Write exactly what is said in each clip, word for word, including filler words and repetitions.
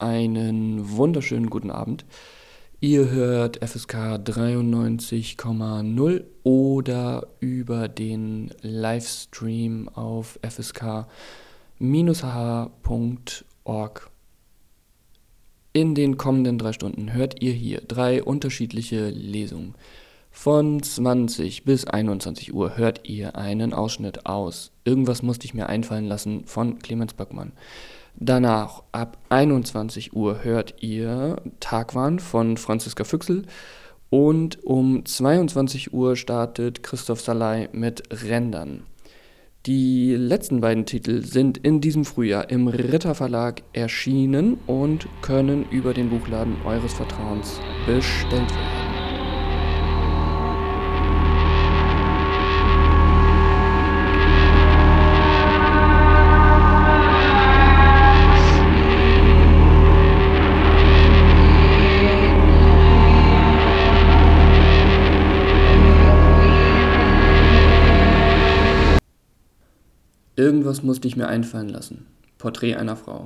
einen wunderschönen guten Abend. Ihr hört F S K dreiundneunzig Komma null oder über den Livestream auf f s k Bindestrich h punkt org. In den kommenden drei Stunden hört ihr hier drei unterschiedliche Lesungen. Von zwanzig bis einundzwanzig Uhr hört ihr einen Ausschnitt aus Irgendwas musste ich mir einfallen lassen von Clemens Böckmann. Danach ab einundzwanzig Uhr hört ihr Tagwan von Franziska Füchsel und um zweiundzwanzig Uhr startet Christoph Salai mit Rändern. Die letzten beiden Titel sind in diesem Frühjahr im Ritter Verlag erschienen und können über den Buchladen eures Vertrauens bestellt werden. Irgendwas musste ich mir einfallen lassen. Porträt einer Frau.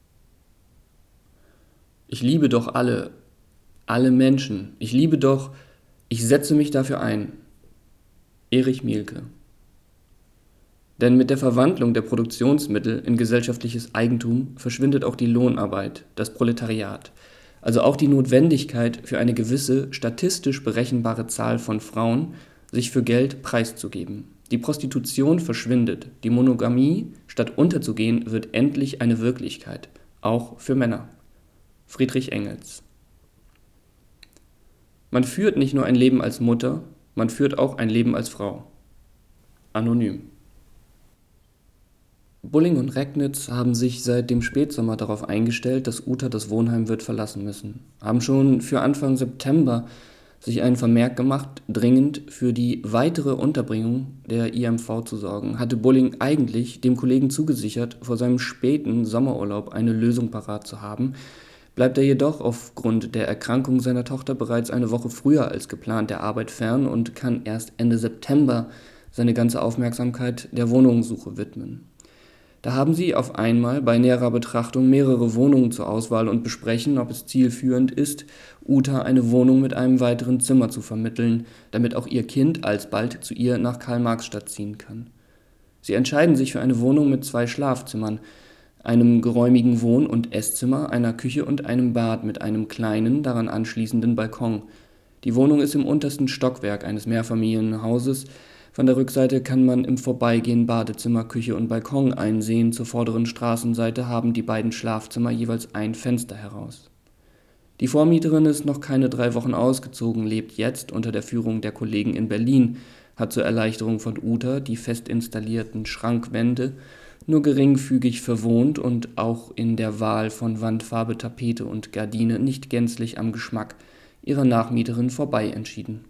Ich liebe doch alle, alle Menschen. Ich liebe doch, ich setze mich dafür ein. Erich Mielke. Denn mit der Verwandlung der Produktionsmittel in gesellschaftliches Eigentum verschwindet auch die Lohnarbeit, das Proletariat. Also auch die Notwendigkeit für eine gewisse statistisch berechenbare Zahl von Frauen, sich für Geld preiszugeben. Die Prostitution verschwindet, die Monogamie, statt unterzugehen, wird endlich eine Wirklichkeit, auch für Männer. Friedrich Engels. Man führt nicht nur ein Leben als Mutter, man führt auch ein Leben als Frau. Anonym. Bulling und Recknitz haben sich seit dem Spätsommer darauf eingestellt, dass Uta das Wohnheim wird verlassen müssen, haben schon für Anfang September sich einen Vermerk gemacht, dringend für die weitere Unterbringung der I M V zu sorgen, hatte Bulling eigentlich dem Kollegen zugesichert, vor seinem späten Sommerurlaub eine Lösung parat zu haben, bleibt er jedoch aufgrund der Erkrankung seiner Tochter bereits eine Woche früher als geplant der Arbeit fern und kann erst Ende September seine ganze Aufmerksamkeit der Wohnungssuche widmen. Da haben sie auf einmal bei näherer Betrachtung mehrere Wohnungen zur Auswahl und besprechen, ob es zielführend ist, Uta eine Wohnung mit einem weiteren Zimmer zu vermitteln, damit auch ihr Kind alsbald zu ihr nach Karl-Marx-Stadt ziehen kann. Sie entscheiden sich für eine Wohnung mit zwei Schlafzimmern, einem geräumigen Wohn- und Esszimmer, einer Küche und einem Bad mit einem kleinen, daran anschließenden Balkon. Die Wohnung ist im untersten Stockwerk eines Mehrfamilienhauses. Von der Rückseite kann man im Vorbeigehen Badezimmer, Küche und Balkon einsehen. Zur vorderen Straßenseite haben die beiden Schlafzimmer jeweils ein Fenster heraus. Die Vormieterin ist noch keine drei Wochen ausgezogen, lebt jetzt unter der Führung der Kollegen in Berlin, hat zur Erleichterung von Uta die fest installierten Schrankwände nur geringfügig verwohnt und auch in der Wahl von Wandfarbe, Tapete und Gardine nicht gänzlich am Geschmack ihrer Nachmieterin vorbei entschieden.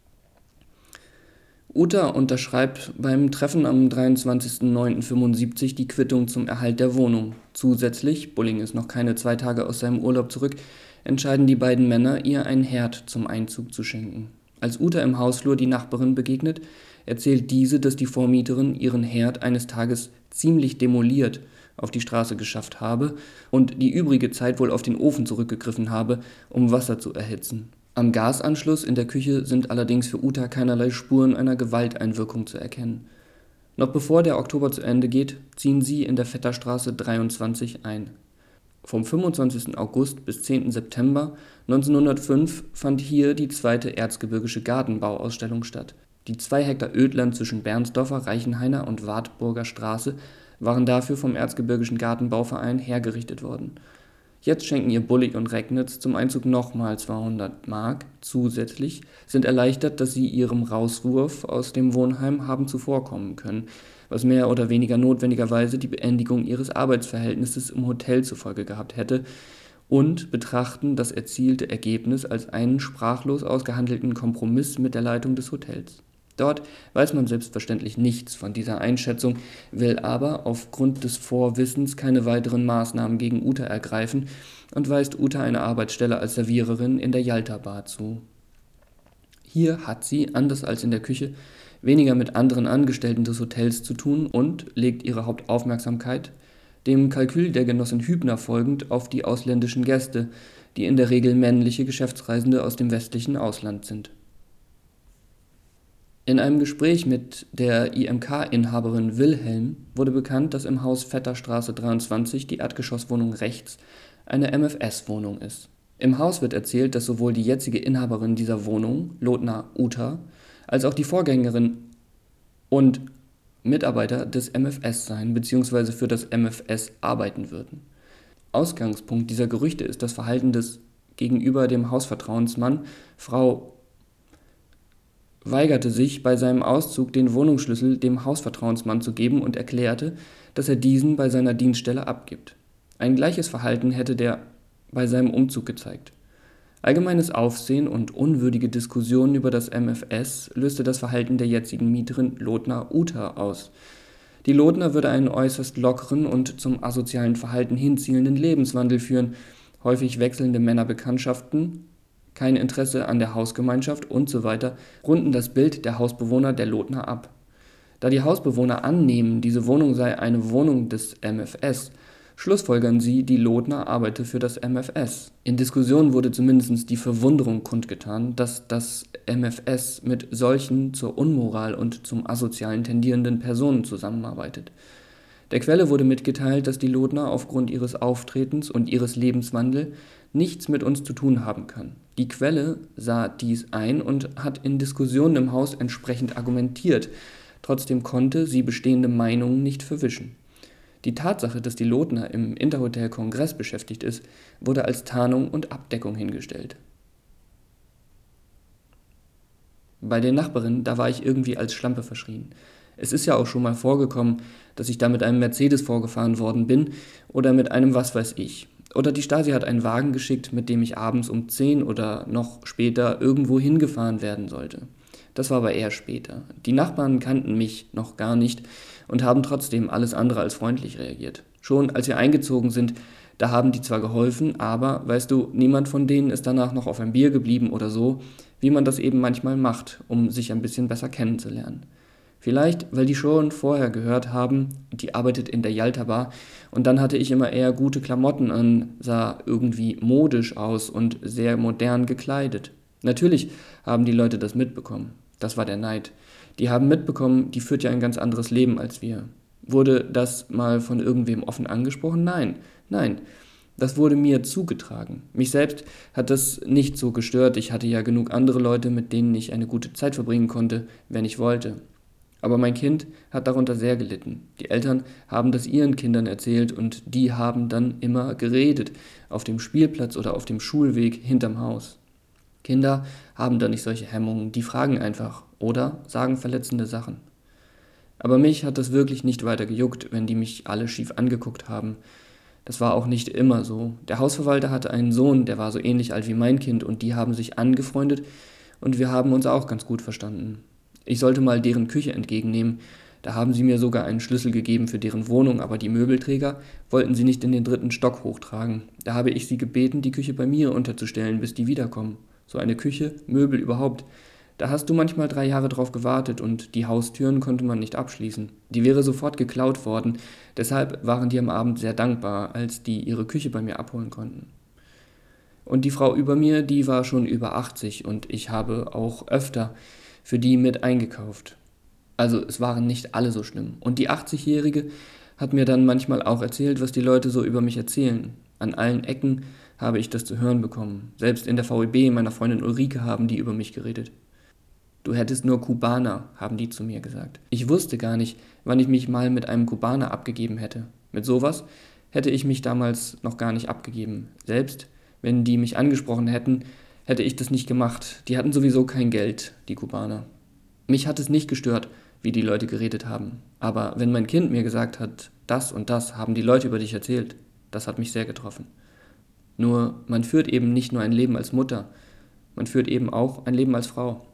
Uta unterschreibt beim Treffen am dreiundzwanzigsten neunten fünfundsiebzig die Quittung zum Erhalt der Wohnung. Zusätzlich, Bulling ist noch keine zwei Tage aus seinem Urlaub zurück, entscheiden die beiden Männer, ihr einen Herd zum Einzug zu schenken. Als Uta im Hausflur die Nachbarin begegnet, erzählt diese, dass die Vormieterin ihren Herd eines Tages ziemlich demoliert auf die Straße geschafft habe und die übrige Zeit wohl auf den Ofen zurückgegriffen habe, um Wasser zu erhitzen. Am Gasanschluss in der Küche sind allerdings für Uta keinerlei Spuren einer Gewalteinwirkung zu erkennen. Noch bevor der Oktober zu Ende geht, ziehen sie in der Vetterstraße dreiundzwanzig ein. Vom fünfundzwanzigsten August bis zehnten September neunzehnhundertfünf fand hier die zweite Erzgebirgische Gartenbauausstellung statt. Die zwei Hektar Ödland zwischen Bernsdorfer, Reichenhainer und Wartburger Straße waren dafür vom Erzgebirgischen Gartenbauverein hergerichtet worden. Jetzt schenken ihr Bulling und Recknitz zum Einzug nochmal zweihundert Mark. Zusätzlich sind erleichtert, dass sie ihrem Rauswurf aus dem Wohnheim haben zuvorkommen können, was mehr oder weniger notwendigerweise die Beendigung ihres Arbeitsverhältnisses im Hotel zur Folge gehabt hätte, und betrachten das erzielte Ergebnis als einen sprachlos ausgehandelten Kompromiss mit der Leitung des Hotels. Dort weiß man selbstverständlich nichts von dieser Einschätzung, will aber aufgrund des Vorwissens keine weiteren Maßnahmen gegen Uta ergreifen und weist Uta eine Arbeitsstelle als Serviererin in der Yalta-Bar zu. Hier hat sie, anders als in der Küche, weniger mit anderen Angestellten des Hotels zu tun und legt ihre Hauptaufmerksamkeit dem Kalkül der Genossin Hübner folgend auf die ausländischen Gäste, die in der Regel männliche Geschäftsreisende aus dem westlichen Ausland sind. In einem Gespräch mit der I M K-Inhaberin Wilhelm wurde bekannt, dass im Haus Vetterstraße dreiundzwanzig, die Erdgeschosswohnung rechts, eine M F S-Wohnung ist. Im Haus wird erzählt, dass sowohl die jetzige Inhaberin dieser Wohnung, Lotna Uta, als auch die Vorgängerin und Mitarbeiter des M F S seien bzw. für das M F S arbeiten würden. Ausgangspunkt dieser Gerüchte ist das Verhalten des gegenüber dem Hausvertrauensmann. Frau weigerte sich, bei seinem Auszug den Wohnungsschlüssel dem Hausvertrauensmann zu geben und erklärte, dass er diesen bei seiner Dienststelle abgibt. Ein gleiches Verhalten hätte der bei seinem Umzug gezeigt. Allgemeines Aufsehen und unwürdige Diskussionen über das M F S löste das Verhalten der jetzigen Mieterin Lotna Uta aus. Die Lotna würde einen äußerst lockeren und zum asozialen Verhalten hinzielenden Lebenswandel führen, häufig wechselnde Männerbekanntschaften, kein Interesse an der Hausgemeinschaft und so weiter runden das Bild der Hausbewohner der Lotna ab. Da die Hausbewohner annehmen, diese Wohnung sei eine Wohnung des M F S, schlussfolgern sie, die Lotna arbeite für das M F S. In Diskussionen wurde zumindest die Verwunderung kundgetan, dass das M F S mit solchen zur Unmoral und zum Asozialen tendierenden Personen zusammenarbeitet. Der Quelle wurde mitgeteilt, dass die Lotna aufgrund ihres Auftretens und ihres Lebenswandels nichts mit uns zu tun haben kann. Die Quelle sah dies ein und hat in Diskussionen im Haus entsprechend argumentiert, trotzdem konnte sie bestehende Meinungen nicht verwischen. Die Tatsache, dass die Lotna im Interhotel Kongress beschäftigt ist, wurde als Tarnung und Abdeckung hingestellt. Bei den Nachbarinnen, da war ich irgendwie als Schlampe verschrien. Es ist ja auch schon mal vorgekommen, dass ich da mit einem Mercedes vorgefahren worden bin oder mit einem was weiß ich. Oder die Stasi hat einen Wagen geschickt, mit dem ich abends um zehn oder noch später irgendwo hingefahren werden sollte. Das war aber eher später. Die Nachbarn kannten mich noch gar nicht und haben trotzdem alles andere als freundlich reagiert. Schon als wir eingezogen sind, da haben die zwar geholfen, aber, weißt du, niemand von denen ist danach noch auf ein Bier geblieben oder so, wie man das eben manchmal macht, um sich ein bisschen besser kennenzulernen. Vielleicht, weil die schon vorher gehört haben, die arbeitet in der Yalta Bar und dann hatte ich immer eher gute Klamotten an, sah irgendwie modisch aus und sehr modern gekleidet. Natürlich haben die Leute das mitbekommen. Das war der Neid. Die haben mitbekommen, die führt ja ein ganz anderes Leben als wir. Wurde das mal von irgendwem offen angesprochen? Nein, nein. Das wurde mir zugetragen. Mich selbst hat das nicht so gestört. Ich hatte ja genug andere Leute, mit denen ich eine gute Zeit verbringen konnte, wenn ich wollte. Aber mein Kind hat darunter sehr gelitten. Die Eltern haben das ihren Kindern erzählt und die haben dann immer geredet, auf dem Spielplatz oder auf dem Schulweg hinterm Haus. Kinder haben da nicht solche Hemmungen, die fragen einfach oder sagen verletzende Sachen. Aber mich hat das wirklich nicht weiter gejuckt, wenn die mich alle schief angeguckt haben. Das war auch nicht immer so. Der Hausverwalter hatte einen Sohn, der war so ähnlich alt wie mein Kind und die haben sich angefreundet und wir haben uns auch ganz gut verstanden. Ich sollte mal deren Küche entgegennehmen, da haben sie mir sogar einen Schlüssel gegeben für deren Wohnung, aber die Möbelträger wollten sie nicht in den dritten Stock hochtragen. Da habe ich sie gebeten, die Küche bei mir unterzustellen, bis die wiederkommen. So eine Küche, Möbel überhaupt. Da hast du manchmal drei Jahre drauf gewartet und die Haustüren konnte man nicht abschließen. Die wäre sofort geklaut worden, deshalb waren die am Abend sehr dankbar, als die ihre Küche bei mir abholen konnten. Und die Frau über mir, die war schon über achtzig und ich habe auch öfter für die mit eingekauft. Also es waren nicht alle so schlimm. Und die achtzigjährige hat mir dann manchmal auch erzählt, was die Leute so über mich erzählen. An allen Ecken habe ich das zu hören bekommen. Selbst in der V E B meiner Freundin Ulrike haben die über mich geredet. Du hättest nur Kubaner, haben die zu mir gesagt. Ich wusste gar nicht, wann ich mich mal mit einem Kubaner abgegeben hätte. Mit sowas hätte ich mich damals noch gar nicht abgegeben. Selbst wenn die mich angesprochen hätten, hätte ich das nicht gemacht. Die hatten sowieso kein Geld, die Kubaner. Mich hat es nicht gestört, wie die Leute geredet haben. Aber wenn mein Kind mir gesagt hat, das und das haben die Leute über dich erzählt, das hat mich sehr getroffen. Nur, man führt eben nicht nur ein Leben als Mutter, man führt eben auch ein Leben als Frau.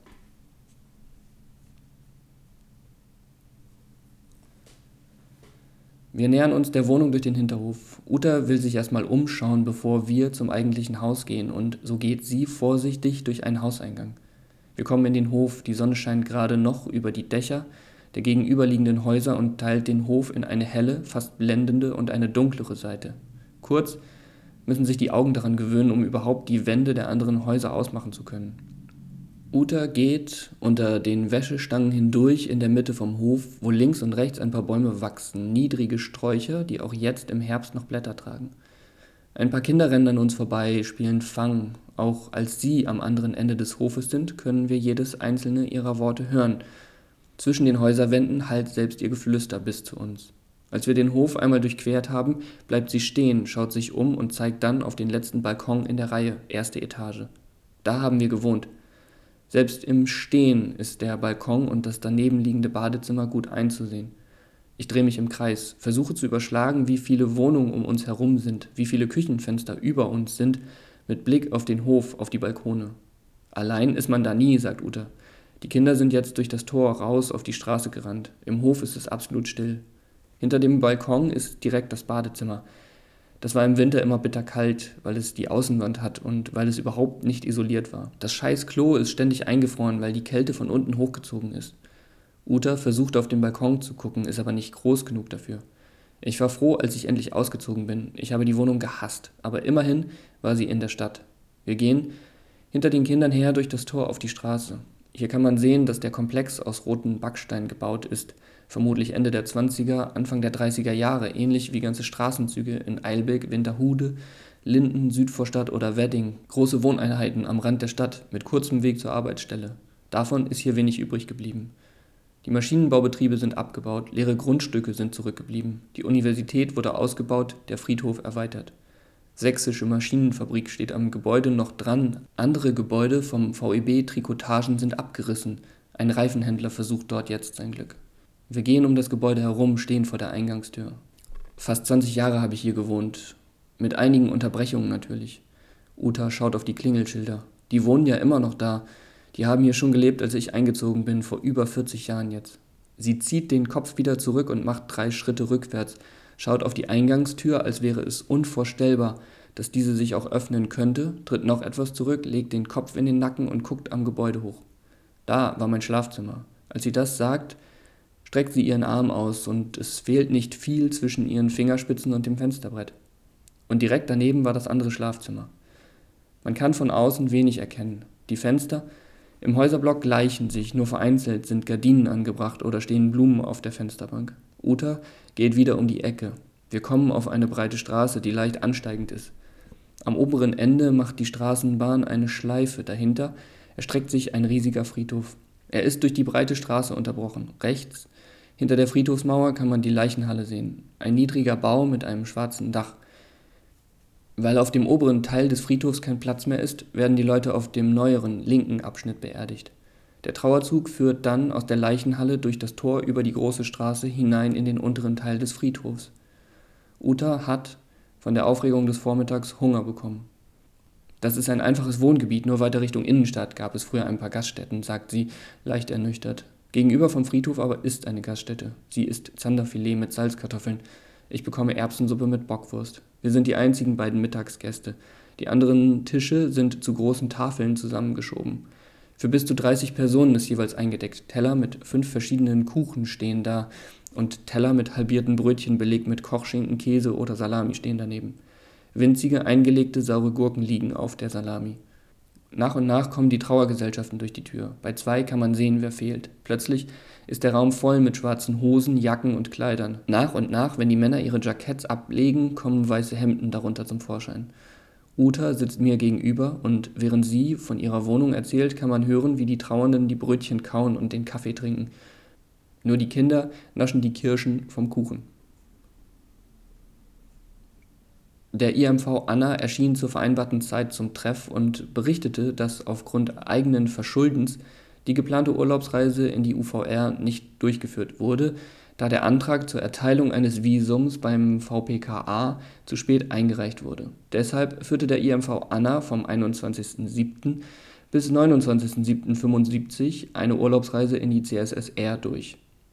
Wir nähern uns der Wohnung durch den Hinterhof. Uta will sich erstmal umschauen, bevor wir zum eigentlichen Haus gehen, und so geht sie vorsichtig durch einen Hauseingang. Wir kommen in den Hof, die Sonne scheint gerade noch über die Dächer, der gegenüberliegenden Häuser und teilt den Hof in eine helle, fast blendende und eine dunklere Seite. Kurz, müssen sich die Augen daran gewöhnen, um überhaupt die Wände der anderen Häuser ausmachen zu können. Uta geht unter den Wäschestangen hindurch in der Mitte vom Hof, wo links und rechts ein paar Bäume wachsen, niedrige Sträucher, die auch jetzt im Herbst noch Blätter tragen. Ein paar Kinder rennen an uns vorbei, spielen Fang. Auch als sie am anderen Ende des Hofes sind, können wir jedes einzelne ihrer Worte hören. Zwischen den Häuserwänden hallt selbst ihr Geflüster bis zu uns. Als wir den Hof einmal durchquert haben, bleibt sie stehen, schaut sich um und zeigt dann auf den letzten Balkon in der Reihe, erste Etage. Da haben wir gewohnt. Selbst im Stehen ist der Balkon und das daneben liegende Badezimmer gut einzusehen. Ich drehe mich im Kreis, versuche zu überschlagen, wie viele Wohnungen um uns herum sind, wie viele Küchenfenster über uns sind, mit Blick auf den Hof, auf die Balkone. Allein ist man da nie, sagt Uta. Die Kinder sind jetzt durch das Tor raus auf die Straße gerannt. Im Hof ist es absolut still. Hinter dem Balkon ist direkt das Badezimmer. Das war im Winter immer bitterkalt, weil es die Außenwand hat und weil es überhaupt nicht isoliert war. Das scheiß Klo ist ständig eingefroren, weil die Kälte von unten hochgezogen ist. Uta versucht auf den Balkon zu gucken, ist aber nicht groß genug dafür. Ich war froh, als ich endlich ausgezogen bin. Ich habe die Wohnung gehasst, aber immerhin war sie in der Stadt. Wir gehen hinter den Kindern her durch das Tor auf die Straße. Hier kann man sehen, dass der Komplex aus roten Backstein gebaut ist, vermutlich Ende der zwanziger, Anfang der dreißiger Jahre, ähnlich wie ganze Straßenzüge in Eilbek, Winterhude, Linden, Südvorstadt oder Wedding. Große Wohneinheiten am Rand der Stadt mit kurzem Weg zur Arbeitsstelle. Davon ist hier wenig übrig geblieben. Die Maschinenbaubetriebe sind abgebaut, leere Grundstücke sind zurückgeblieben. Die Universität wurde ausgebaut, der Friedhof erweitert. Sächsische Maschinenfabrik steht am Gebäude noch dran. Andere Gebäude vom V E B Trikotagen sind abgerissen. Ein Reifenhändler versucht dort jetzt sein Glück. Wir gehen um das Gebäude herum, stehen vor der Eingangstür. Fast zwanzig Jahre habe ich hier gewohnt. Mit einigen Unterbrechungen natürlich. Uta schaut auf die Klingelschilder. Die wohnen ja immer noch da. Die haben hier schon gelebt, als ich eingezogen bin, vor über vierzig Jahren jetzt. Sie zieht den Kopf wieder zurück und macht drei Schritte rückwärts, schaut auf die Eingangstür, als wäre es unvorstellbar, dass diese sich auch öffnen könnte, tritt noch etwas zurück, legt den Kopf in den Nacken und guckt am Gebäude hoch. Da war mein Schlafzimmer. Als sie das sagt, streckt sie ihren Arm aus und es fehlt nicht viel zwischen ihren Fingerspitzen und dem Fensterbrett. Und direkt daneben war das andere Schlafzimmer. Man kann von außen wenig erkennen. Die Fenster im Häuserblock gleichen sich, nur vereinzelt sind Gardinen angebracht oder stehen Blumen auf der Fensterbank. Uta geht wieder um die Ecke. Wir kommen auf eine breite Straße, die leicht ansteigend ist. Am oberen Ende macht die Straßenbahn eine Schleife. Dahinter erstreckt sich ein riesiger Friedhof. Er ist durch die breite Straße unterbrochen. Rechts, hinter der Friedhofsmauer, kann man die Leichenhalle sehen. Ein niedriger Bau mit einem schwarzen Dach. Weil auf dem oberen Teil des Friedhofs kein Platz mehr ist, werden die Leute auf dem neueren, linken Abschnitt beerdigt. Der Trauerzug führt dann aus der Leichenhalle durch das Tor über die große Straße hinein in den unteren Teil des Friedhofs. Uta hat von der Aufregung des Vormittags Hunger bekommen. Das ist ein einfaches Wohngebiet, nur weiter Richtung Innenstadt gab es früher ein paar Gaststätten, sagt sie, leicht ernüchtert. Gegenüber vom Friedhof aber ist eine Gaststätte. Sie isst Zanderfilet mit Salzkartoffeln. Ich bekomme Erbsensuppe mit Bockwurst. Wir sind die einzigen beiden Mittagsgäste. Die anderen Tische sind zu großen Tafeln zusammengeschoben. Für bis zu dreißig Personen ist jeweils eingedeckt. Teller mit fünf verschiedenen Kuchen stehen da und Teller mit halbierten Brötchen belegt mit Kochschinken, Käse oder Salami stehen daneben. Winzige, eingelegte, saure Gurken liegen auf der Salami. Nach und nach kommen die Trauergesellschaften durch die Tür. Bei zwei kann man sehen, wer fehlt. Plötzlich ist der Raum voll mit schwarzen Hosen, Jacken und Kleidern. Nach und nach, wenn die Männer ihre Jacketts ablegen, kommen weiße Hemden darunter zum Vorschein. Uta sitzt mir gegenüber und während sie von ihrer Wohnung erzählt, kann man hören, wie die Trauernden die Brötchen kauen und den Kaffee trinken. Nur die Kinder naschen die Kirschen vom Kuchen. Der I M V Anna erschien zur vereinbarten Zeit zum Treff und berichtete, dass aufgrund eigenen Verschuldens die geplante Urlaubsreise in die U V R nicht durchgeführt wurde, da der Antrag zur Erteilung eines Visums beim V P K A zu spät eingereicht wurde. Deshalb führte der I M V Anna vom einundzwanzigsten siebten bis neunundzwanzigsten siebten fünfundsiebzig eine Urlaubsreise in die C S S R durch.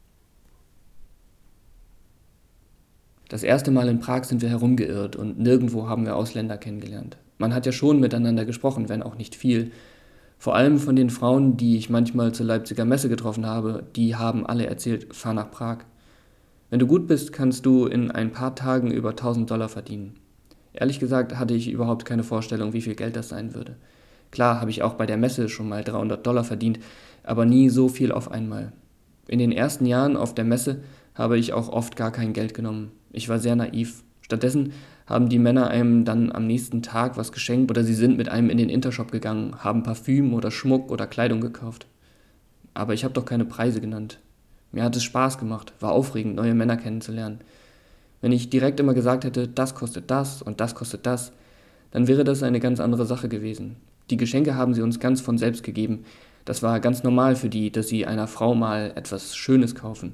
Das erste Mal in Prag sind wir herumgeirrt und nirgendwo haben wir Ausländer kennengelernt. Man hat ja schon miteinander gesprochen, wenn auch nicht viel. Vor allem von den Frauen, die ich manchmal zur Leipziger Messe getroffen habe, die haben alle erzählt, fahr nach Prag. Wenn du gut bist, kannst du in ein paar Tagen über tausend Dollar verdienen. Ehrlich gesagt hatte ich überhaupt keine Vorstellung, wie viel Geld das sein würde. Klar habe ich auch bei der Messe schon mal dreihundert Dollar verdient, aber nie so viel auf einmal. In den ersten Jahren auf der Messe habe ich auch oft gar kein Geld genommen. Ich war sehr naiv. Stattdessen haben die Männer einem dann am nächsten Tag was geschenkt oder sie sind mit einem in den Intershop gegangen, haben Parfüm oder Schmuck oder Kleidung gekauft. Aber ich habe doch keine Preise genannt. Mir hat es Spaß gemacht, war aufregend, neue Männer kennenzulernen. Wenn ich direkt immer gesagt hätte, das kostet das und das kostet das, dann wäre das eine ganz andere Sache gewesen. Die Geschenke haben sie uns ganz von selbst gegeben. Das war ganz normal für die, dass sie einer Frau mal etwas Schönes kaufen.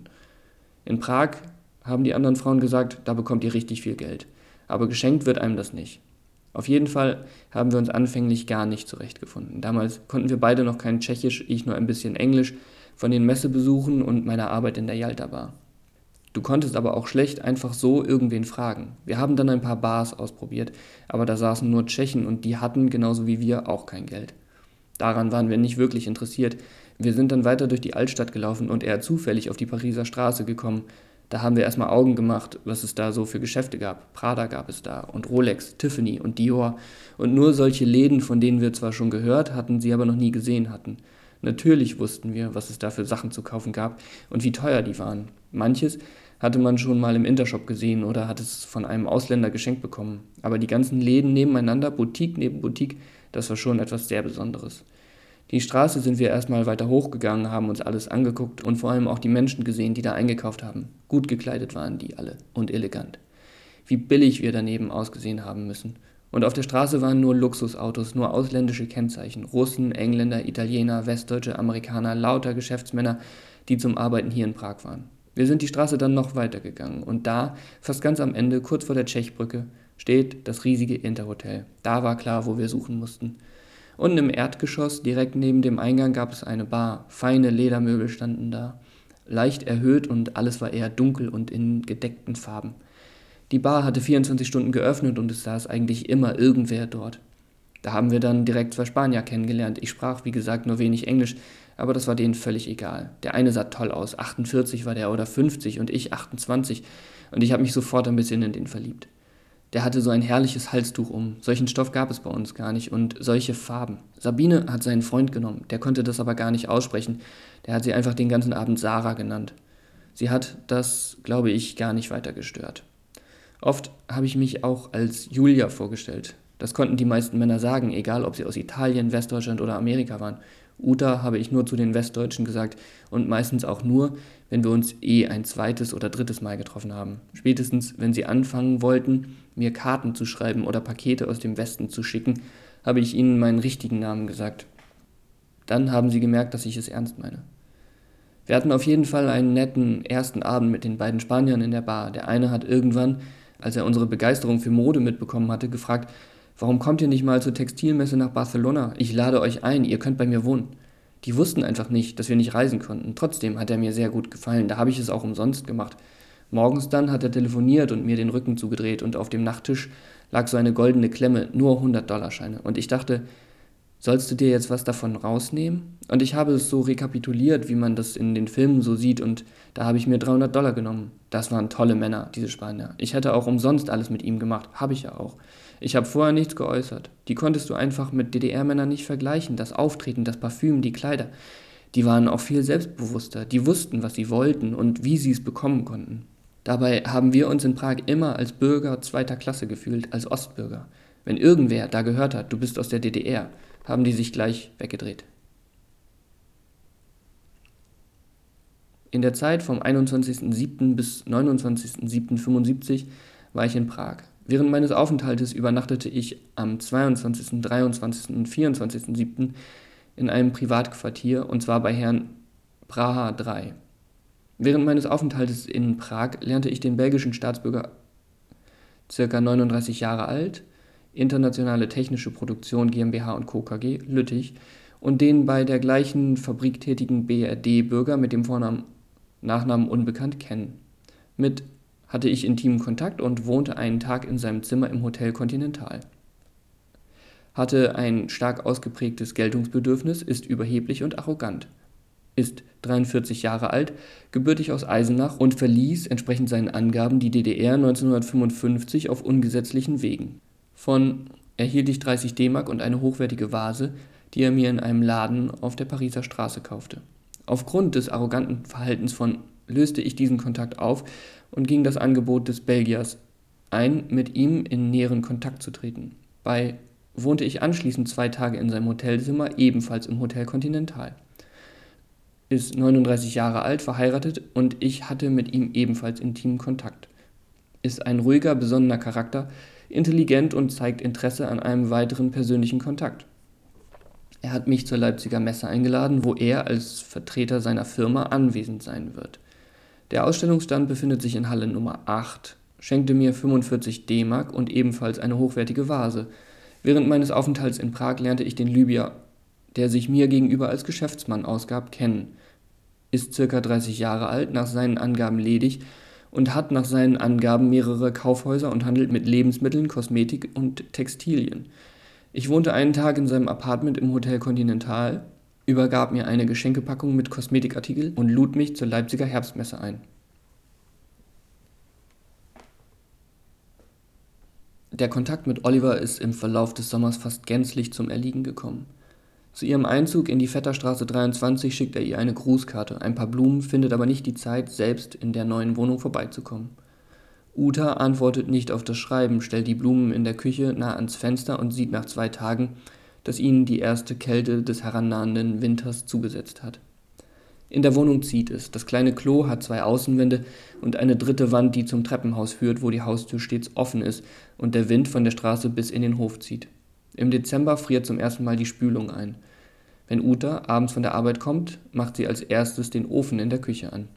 In Prag haben die anderen Frauen gesagt, da bekommt ihr richtig viel Geld. Aber geschenkt wird einem das nicht. Auf jeden Fall haben wir uns anfänglich gar nicht zurechtgefunden. Damals konnten wir beide noch kein Tschechisch, ich nur ein bisschen Englisch, von den Messebesuchen und meiner Arbeit in der Yalta Bar. Du konntest aber auch schlecht einfach so irgendwen fragen. Wir haben dann ein paar Bars ausprobiert, aber da saßen nur Tschechen und die hatten, genauso wie wir, auch kein Geld. Daran waren wir nicht wirklich interessiert. Wir sind dann weiter durch die Altstadt gelaufen und eher zufällig auf die Pariser Straße gekommen. Da haben wir erstmal Augen gemacht, was es da so für Geschäfte gab. Prada gab es da und Rolex, Tiffany und Dior. Und nur solche Läden, von denen wir zwar schon gehört hatten, sie aber noch nie gesehen hatten. Natürlich wussten wir, was es da für Sachen zu kaufen gab und wie teuer die waren. Manches hatte man schon mal im Intershop gesehen oder hat es von einem Ausländer geschenkt bekommen. Aber die ganzen Läden nebeneinander, Boutique neben Boutique, das war schon etwas sehr Besonderes. Die Straße sind wir erstmal weiter hochgegangen, haben uns alles angeguckt und vor allem auch die Menschen gesehen, die da eingekauft haben. Gut gekleidet waren die alle und elegant. Wie billig wir daneben ausgesehen haben müssen. Und auf der Straße waren nur Luxusautos, nur ausländische Kennzeichen. Russen, Engländer, Italiener, Westdeutsche, Amerikaner, lauter Geschäftsmänner, die zum Arbeiten hier in Prag waren. Wir sind die Straße dann noch weitergegangen und da, fast ganz am Ende, kurz vor der Tschechbrücke, steht das riesige Interhotel. Da war klar, wo wir suchen mussten. Unten im Erdgeschoss, direkt neben dem Eingang, gab es eine Bar. Feine Ledermöbel standen da, leicht erhöht und alles war eher dunkel und in gedeckten Farben. Die Bar hatte vierundzwanzig Stunden geöffnet und es saß eigentlich immer irgendwer dort. Da haben wir dann direkt zwei Spanier kennengelernt. Ich sprach, wie gesagt, nur wenig Englisch, aber das war denen völlig egal. Der eine sah toll aus, achtundvierzig war der oder fünfzig und ich achtundzwanzig und ich habe mich sofort ein bisschen in den verliebt. Der hatte so ein herrliches Halstuch um, solchen Stoff gab es bei uns gar nicht und solche Farben. Sabine hat seinen Freund genommen, der konnte das aber gar nicht aussprechen, der hat sie einfach den ganzen Abend Sarah genannt. Sie hat das, glaube ich, gar nicht weiter gestört. Oft habe ich mich auch als Julia vorgestellt. Das konnten die meisten Männer sagen, egal ob sie aus Italien, Westdeutschland oder Amerika waren. Uta habe ich nur zu den Westdeutschen gesagt und meistens auch nur, wenn wir uns eh ein zweites oder drittes Mal getroffen haben. Spätestens, wenn sie anfangen wollten, mir Karten zu schreiben oder Pakete aus dem Westen zu schicken, habe ich ihnen meinen richtigen Namen gesagt. Dann haben sie gemerkt, dass ich es ernst meine. Wir hatten auf jeden Fall einen netten ersten Abend mit den beiden Spaniern in der Bar. Der eine hat irgendwann, als er unsere Begeisterung für Mode mitbekommen hatte, gefragt, warum kommt ihr nicht mal zur Textilmesse nach Barcelona? Ich lade euch ein, ihr könnt bei mir wohnen. Die wussten einfach nicht, dass wir nicht reisen konnten. Trotzdem hat er mir sehr gut gefallen, da habe ich es auch umsonst gemacht. Morgens dann hat er telefoniert und mir den Rücken zugedreht und auf dem Nachttisch lag so eine goldene Klemme, nur hundert-Dollar-Scheine. Und ich dachte, sollst du dir jetzt was davon rausnehmen? Und ich habe es so rekapituliert, wie man das in den Filmen so sieht und da habe ich mir dreihundert Dollar genommen. Das waren tolle Männer, diese Spanier. Ich hätte auch umsonst alles mit ihm gemacht, habe ich ja auch. Ich habe vorher nichts geäußert. Die konntest du einfach mit D D R-Männern nicht vergleichen. Das Auftreten, das Parfüm, die Kleider. Die waren auch viel selbstbewusster. Die wussten, was sie wollten und wie sie es bekommen konnten. Dabei haben wir uns in Prag immer als Bürger zweiter Klasse gefühlt, als Ostbürger. Wenn irgendwer da gehört hat, du bist aus der D D R, haben die sich gleich weggedreht. In der Zeit vom einundzwanzigsten siebten bis neunundzwanzigsten siebten fünfundsiebzig war ich in Prag. Während meines Aufenthaltes übernachtete ich am zweiundzwanzigsten, dreiundzwanzigsten und vierundzwanzigsten siebten in einem Privatquartier, und zwar bei Herrn Praha drei. Während meines Aufenthaltes in Prag lernte ich den belgischen Staatsbürger, circa neununddreißig Jahre alt, Internationale Technische Produktion GmbH und Co. K G, Lüttich, und den bei der gleichen Fabrik tätigen B R D-Bürger mit dem Vornamen Nachnamen unbekannt kennen. Mit hatte ich intimen Kontakt und wohnte einen Tag in seinem Zimmer im Hotel Continental. hatte ein stark ausgeprägtes Geltungsbedürfnis, ist überheblich und arrogant, ist dreiundvierzig Jahre alt, gebürtig aus Eisenach und verließ entsprechend seinen Angaben die D D R neunzehnhundertfünfundfünfzig auf ungesetzlichen Wegen. Von erhielt ich dreißig D-Mark und eine hochwertige Vase, die er mir in einem Laden auf der Pariser Straße kaufte. Aufgrund des arroganten Verhaltens von löste ich diesen Kontakt auf und ging das Angebot des Belgiers ein, mit ihm in näheren Kontakt zu treten. Bei wohnte ich anschließend zwei Tage in seinem Hotelzimmer, ebenfalls im Hotel Continental. Ist neununddreißig Jahre alt, verheiratet und ich hatte mit ihm ebenfalls intimen Kontakt. Ist ein ruhiger, besonnener Charakter, intelligent und zeigt Interesse an einem weiteren persönlichen Kontakt. Er hat mich zur Leipziger Messe eingeladen, wo er als Vertreter seiner Firma anwesend sein wird. Der Ausstellungsstand befindet sich in Halle Nummer acht, schenkte mir fünfundvierzig D-Mark und ebenfalls eine hochwertige Vase. Während meines Aufenthalts in Prag lernte ich den Libyer, der sich mir gegenüber als Geschäftsmann ausgab, kennen. Ist circa dreißig Jahre alt, nach seinen Angaben ledig und hat nach seinen Angaben mehrere Kaufhäuser und handelt mit Lebensmitteln, Kosmetik und Textilien. Ich wohnte einen Tag in seinem Apartment im Hotel Continental, übergab mir eine Geschenkepackung mit Kosmetikartikel und lud mich zur Leipziger Herbstmesse ein. Der Kontakt mit Oliver ist im Verlauf des Sommers fast gänzlich zum Erliegen gekommen. Zu ihrem Einzug in die Vetterstraße dreiundzwanzig schickt er ihr eine Grußkarte, ein paar Blumen, findet aber nicht die Zeit, selbst in der neuen Wohnung vorbeizukommen. Uta antwortet nicht auf das Schreiben, stellt die Blumen in der Küche nah ans Fenster und sieht nach zwei Tagen, dass ihnen die erste Kälte des herannahenden Winters zugesetzt hat. In der Wohnung zieht es. Das kleine Klo hat zwei Außenwände und eine dritte Wand, die zum Treppenhaus führt, wo die Haustür stets offen ist und der Wind von der Straße bis in den Hof zieht. Im Dezember friert zum ersten Mal die Spülung ein. Wenn Uta abends von der Arbeit kommt, macht sie als erstes den Ofen in der Küche an.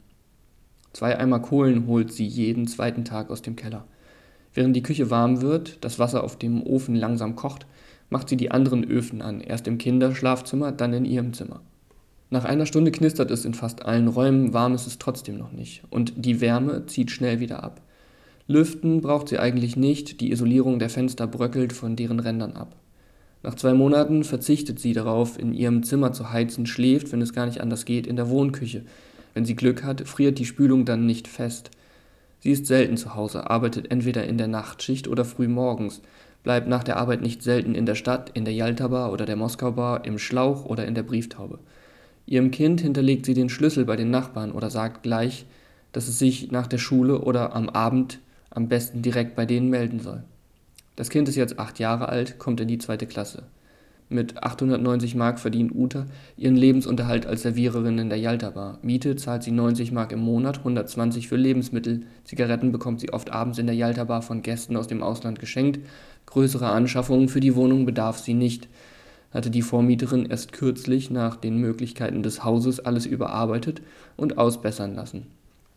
Zwei Eimer Kohlen holt sie jeden zweiten Tag aus dem Keller. Während die Küche warm wird, das Wasser auf dem Ofen langsam kocht, macht sie die anderen Öfen an, erst im Kinderschlafzimmer, dann in ihrem Zimmer. Nach einer Stunde knistert es in fast allen Räumen, warm ist es trotzdem noch nicht und die Wärme zieht schnell wieder ab. Lüften braucht sie eigentlich nicht, die Isolierung der Fenster bröckelt von deren Rändern ab. Nach zwei Monaten verzichtet sie darauf, in ihrem Zimmer zu heizen, schläft, wenn es gar nicht anders geht, in der Wohnküche. Wenn sie Glück hat, friert die Spülung dann nicht fest. Sie ist selten zu Hause, arbeitet entweder in der Nachtschicht oder früh morgens, bleibt nach der Arbeit nicht selten in der Stadt, in der Jalta-Bar oder der Moskau-Bar, im Schlauch oder in der Brieftaube. Ihrem Kind hinterlegt sie den Schlüssel bei den Nachbarn oder sagt gleich, dass es sich nach der Schule oder am Abend am besten direkt bei denen melden soll. Das Kind ist jetzt acht Jahre alt, kommt in die zweite Klasse. Mit achthundertneunzig Mark verdient Uta ihren Lebensunterhalt als Serviererin in der Jalta-Bar. Miete zahlt sie neunzig Mark im Monat, hundertzwanzig für Lebensmittel. Zigaretten bekommt sie oft abends in der Jalta-Bar von Gästen aus dem Ausland geschenkt. Größere Anschaffungen für die Wohnung bedarf sie nicht. Hatte die Vormieterin erst kürzlich nach den Möglichkeiten des Hauses alles überarbeitet und ausbessern lassen.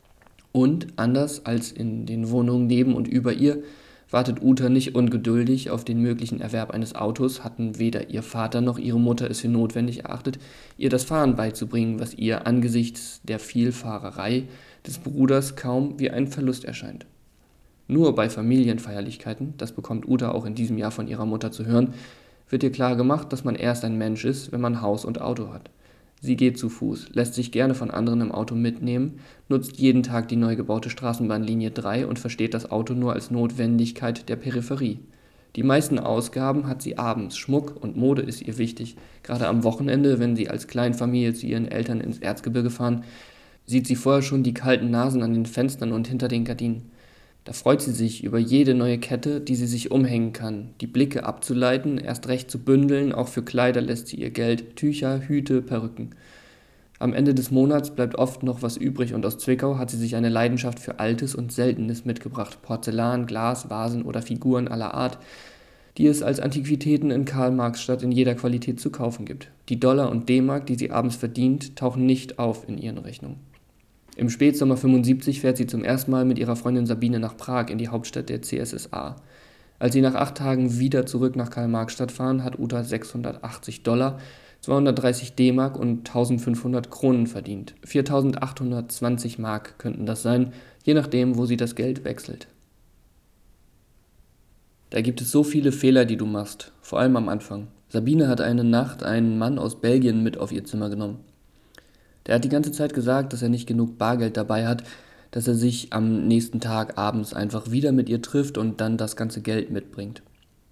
Und, anders als in den Wohnungen neben und über ihr, wartet Uta nicht ungeduldig auf den möglichen Erwerb eines Autos, hatten weder ihr Vater noch ihre Mutter es für notwendig erachtet, ihr das Fahren beizubringen, was ihr angesichts der Vielfahrerei des Bruders kaum wie ein Verlust erscheint. Nur bei Familienfeierlichkeiten, das bekommt Uta auch in diesem Jahr von ihrer Mutter zu hören, wird ihr klar gemacht, dass man erst ein Mensch ist, wenn man Haus und Auto hat. Sie geht zu Fuß, lässt sich gerne von anderen im Auto mitnehmen, nutzt jeden Tag die neu gebaute Straßenbahnlinie drei und versteht das Auto nur als Notwendigkeit der Peripherie. Die meisten Ausgaben hat sie abends, Schmuck und Mode ist ihr wichtig. Gerade am Wochenende, wenn sie als Kleinfamilie zu ihren Eltern ins Erzgebirge fahren, sieht sie vorher schon die kalten Nasen an den Fenstern und hinter den Gardinen. Da freut sie sich über jede neue Kette, die sie sich umhängen kann, die Blicke abzuleiten, erst recht zu bündeln, auch für Kleider lässt sie ihr Geld, Tücher, Hüte, Perücken. Am Ende des Monats bleibt oft noch was übrig und aus Zwickau hat sie sich eine Leidenschaft für Altes und Seltenes mitgebracht, Porzellan, Glas, Vasen oder Figuren aller Art, die es als Antiquitäten in Karl-Marx-Stadt in jeder Qualität zu kaufen gibt. Die Dollar und D-Mark, die sie abends verdient, tauchen nicht auf in ihren Rechnungen. Im Spätsommer fünfundsiebzig fährt sie zum ersten Mal mit ihrer Freundin Sabine nach Prag in die Hauptstadt der C S S R. Als sie nach acht Tagen wieder zurück nach Karl-Marx-Stadt fahren, hat Uta sechshundertachtzig Dollar, zweihundertdreißig D-Mark und eintausendfünfhundert Kronen verdient. viertausendachthundertzwanzig Mark könnten das sein, je nachdem, wo sie das Geld wechselt. Da gibt es so viele Fehler, die du machst, vor allem am Anfang. Sabine hat eine Nacht einen Mann aus Belgien mit auf ihr Zimmer genommen. Der hat die ganze Zeit gesagt, dass er nicht genug Bargeld dabei hat, dass er sich am nächsten Tag abends einfach wieder mit ihr trifft und dann das ganze Geld mitbringt.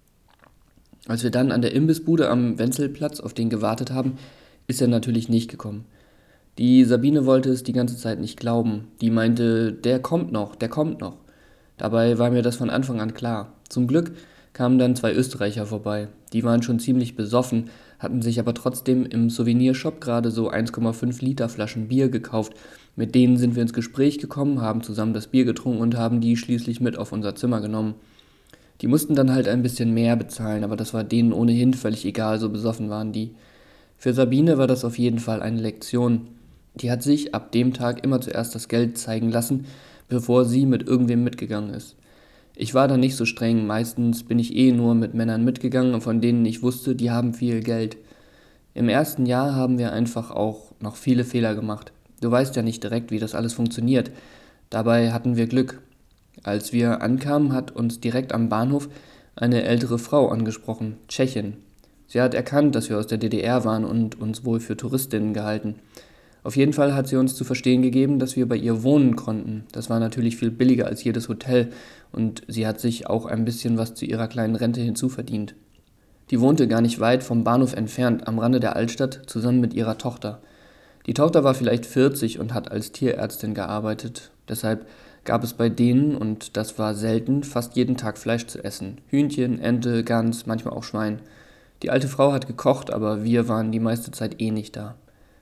Als wir dann an der Imbissbude am Wenzelplatz auf den gewartet haben, ist er natürlich nicht gekommen. Die Sabine wollte es die ganze Zeit nicht glauben. Die meinte, der kommt noch, der kommt noch. Dabei war mir das von Anfang an klar. Zum Glück kamen dann zwei Österreicher vorbei. Die waren schon ziemlich besoffen, hatten sich aber trotzdem im Souvenirshop gerade so eins Komma fünf Liter Flaschen Bier gekauft. Mit denen sind wir ins Gespräch gekommen, haben zusammen das Bier getrunken und haben die schließlich mit auf unser Zimmer genommen. Die mussten dann halt ein bisschen mehr bezahlen, aber das war denen ohnehin völlig egal, so besoffen waren die. Für Sabine war das auf jeden Fall eine Lektion. Die hat sich ab dem Tag immer zuerst das Geld zeigen lassen, bevor sie mit irgendwem mitgegangen ist. Ich war da nicht so streng, meistens bin ich eh nur mit Männern mitgegangen, von denen ich wusste, die haben viel Geld. Im ersten Jahr haben wir einfach auch noch viele Fehler gemacht. Du weißt ja nicht direkt, wie das alles funktioniert. Dabei hatten wir Glück. Als wir ankamen, hat uns direkt am Bahnhof eine ältere Frau angesprochen, Tschechin. Sie hat erkannt, dass wir aus der D D R waren und uns wohl für Touristinnen gehalten. Auf jeden Fall hat sie uns zu verstehen gegeben, dass wir bei ihr wohnen konnten. Das war natürlich viel billiger als jedes Hotel und sie hat sich auch ein bisschen was zu ihrer kleinen Rente hinzuverdient. Die wohnte gar nicht weit vom Bahnhof entfernt, am Rande der Altstadt, zusammen mit ihrer Tochter. Die Tochter war vielleicht vierzig und hat als Tierärztin gearbeitet. Deshalb gab es bei denen, und das war selten, fast jeden Tag Fleisch zu essen. Hühnchen, Ente, Gans, manchmal auch Schwein. Die alte Frau hat gekocht, aber wir waren die meiste Zeit eh nicht da.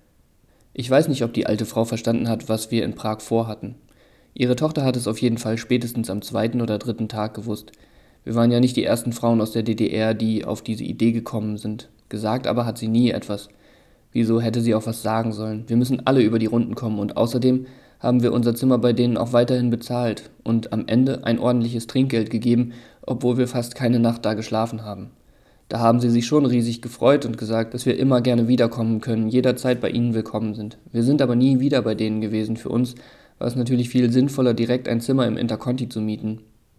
Ich weiß nicht, ob die alte Frau verstanden hat, was wir in Prag vorhatten. Ihre Tochter hat es auf jeden Fall spätestens am zweiten oder dritten Tag gewusst. Wir waren ja nicht die ersten Frauen aus der D D R, die auf diese Idee gekommen sind. Gesagt aber hat sie nie etwas. Wieso hätte sie auch was sagen sollen? Wir müssen alle über die Runden kommen und außerdem haben wir unser Zimmer bei denen auch weiterhin bezahlt und am Ende ein ordentliches Trinkgeld gegeben, obwohl wir fast keine Nacht da geschlafen haben. Da haben sie sich schon riesig gefreut und gesagt, dass wir immer gerne wiederkommen können, jederzeit bei ihnen willkommen sind. Wir sind aber nie wieder bei denen gewesen. Für uns war es natürlich viel sinnvoller, direkt ein Zimmer im Interconti zu mieten.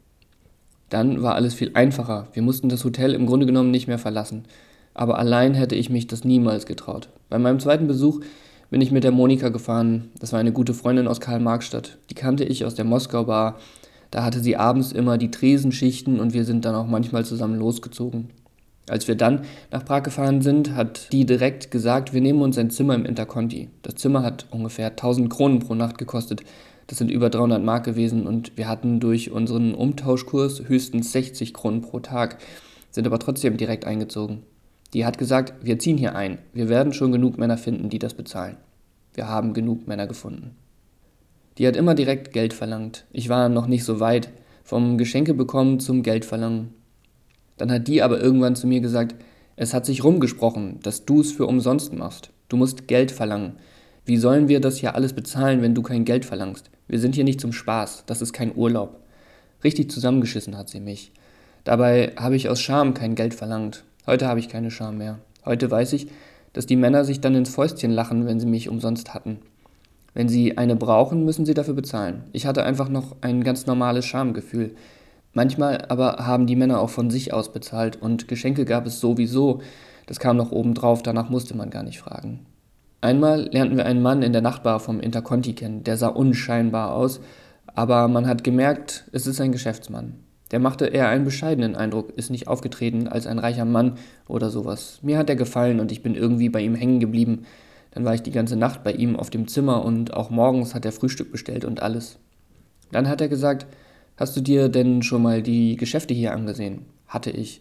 Dann war alles viel einfacher. Wir mussten das Hotel im Grunde genommen nicht mehr verlassen. Aber allein hätte ich mich das niemals getraut. Bei meinem zweiten Besuch bin ich mit der Monika gefahren. Das war eine gute Freundin aus Karl-Marx-Stadt. Die kannte ich aus der Moskau-Bar. Da hatte sie abends immer die Tresenschichten und wir sind dann auch manchmal zusammen losgezogen. Als wir dann nach Prag gefahren sind, hat die direkt gesagt, wir nehmen uns ein Zimmer im Interconti. Das Zimmer hat ungefähr tausend Kronen pro Nacht gekostet. Das sind über dreihundert Mark gewesen und wir hatten durch unseren Umtauschkurs höchstens sechzig Kronen pro Tag, sind aber trotzdem direkt eingezogen. Die hat gesagt, wir ziehen hier ein. Wir werden schon genug Männer finden, die das bezahlen. Wir haben genug Männer gefunden. Die hat immer direkt Geld verlangt. Ich war noch nicht so weit. Vom Geschenke bekommen zum Geld verlangen. Dann hat die aber irgendwann zu mir gesagt, es hat sich rumgesprochen, dass du es für umsonst machst. Du musst Geld verlangen. Wie sollen wir das hier alles bezahlen, wenn du kein Geld verlangst? Wir sind hier nicht zum Spaß, das ist kein Urlaub. Richtig zusammengeschissen hat sie mich. Dabei habe ich aus Scham kein Geld verlangt. Heute habe ich keine Scham mehr. Heute weiß ich, dass die Männer sich dann ins Fäustchen lachen, wenn sie mich umsonst hatten. Wenn sie eine brauchen, müssen sie dafür bezahlen. Ich hatte einfach noch ein ganz normales Schamgefühl. Manchmal aber haben die Männer auch von sich aus bezahlt und Geschenke gab es sowieso. Das kam noch oben drauf, danach musste man gar nicht fragen. Einmal lernten wir einen Mann in der Nachtbar vom Interconti kennen. Der sah unscheinbar aus, aber man hat gemerkt, es ist ein Geschäftsmann. Der machte eher einen bescheidenen Eindruck, ist nicht aufgetreten als ein reicher Mann oder sowas. Mir hat er gefallen und ich bin irgendwie bei ihm hängen geblieben. Dann war ich die ganze Nacht bei ihm auf dem Zimmer und auch morgens hat er Frühstück bestellt und alles. Dann hat er gesagt, hast du dir denn schon mal die Geschäfte hier angesehen? Hatte ich.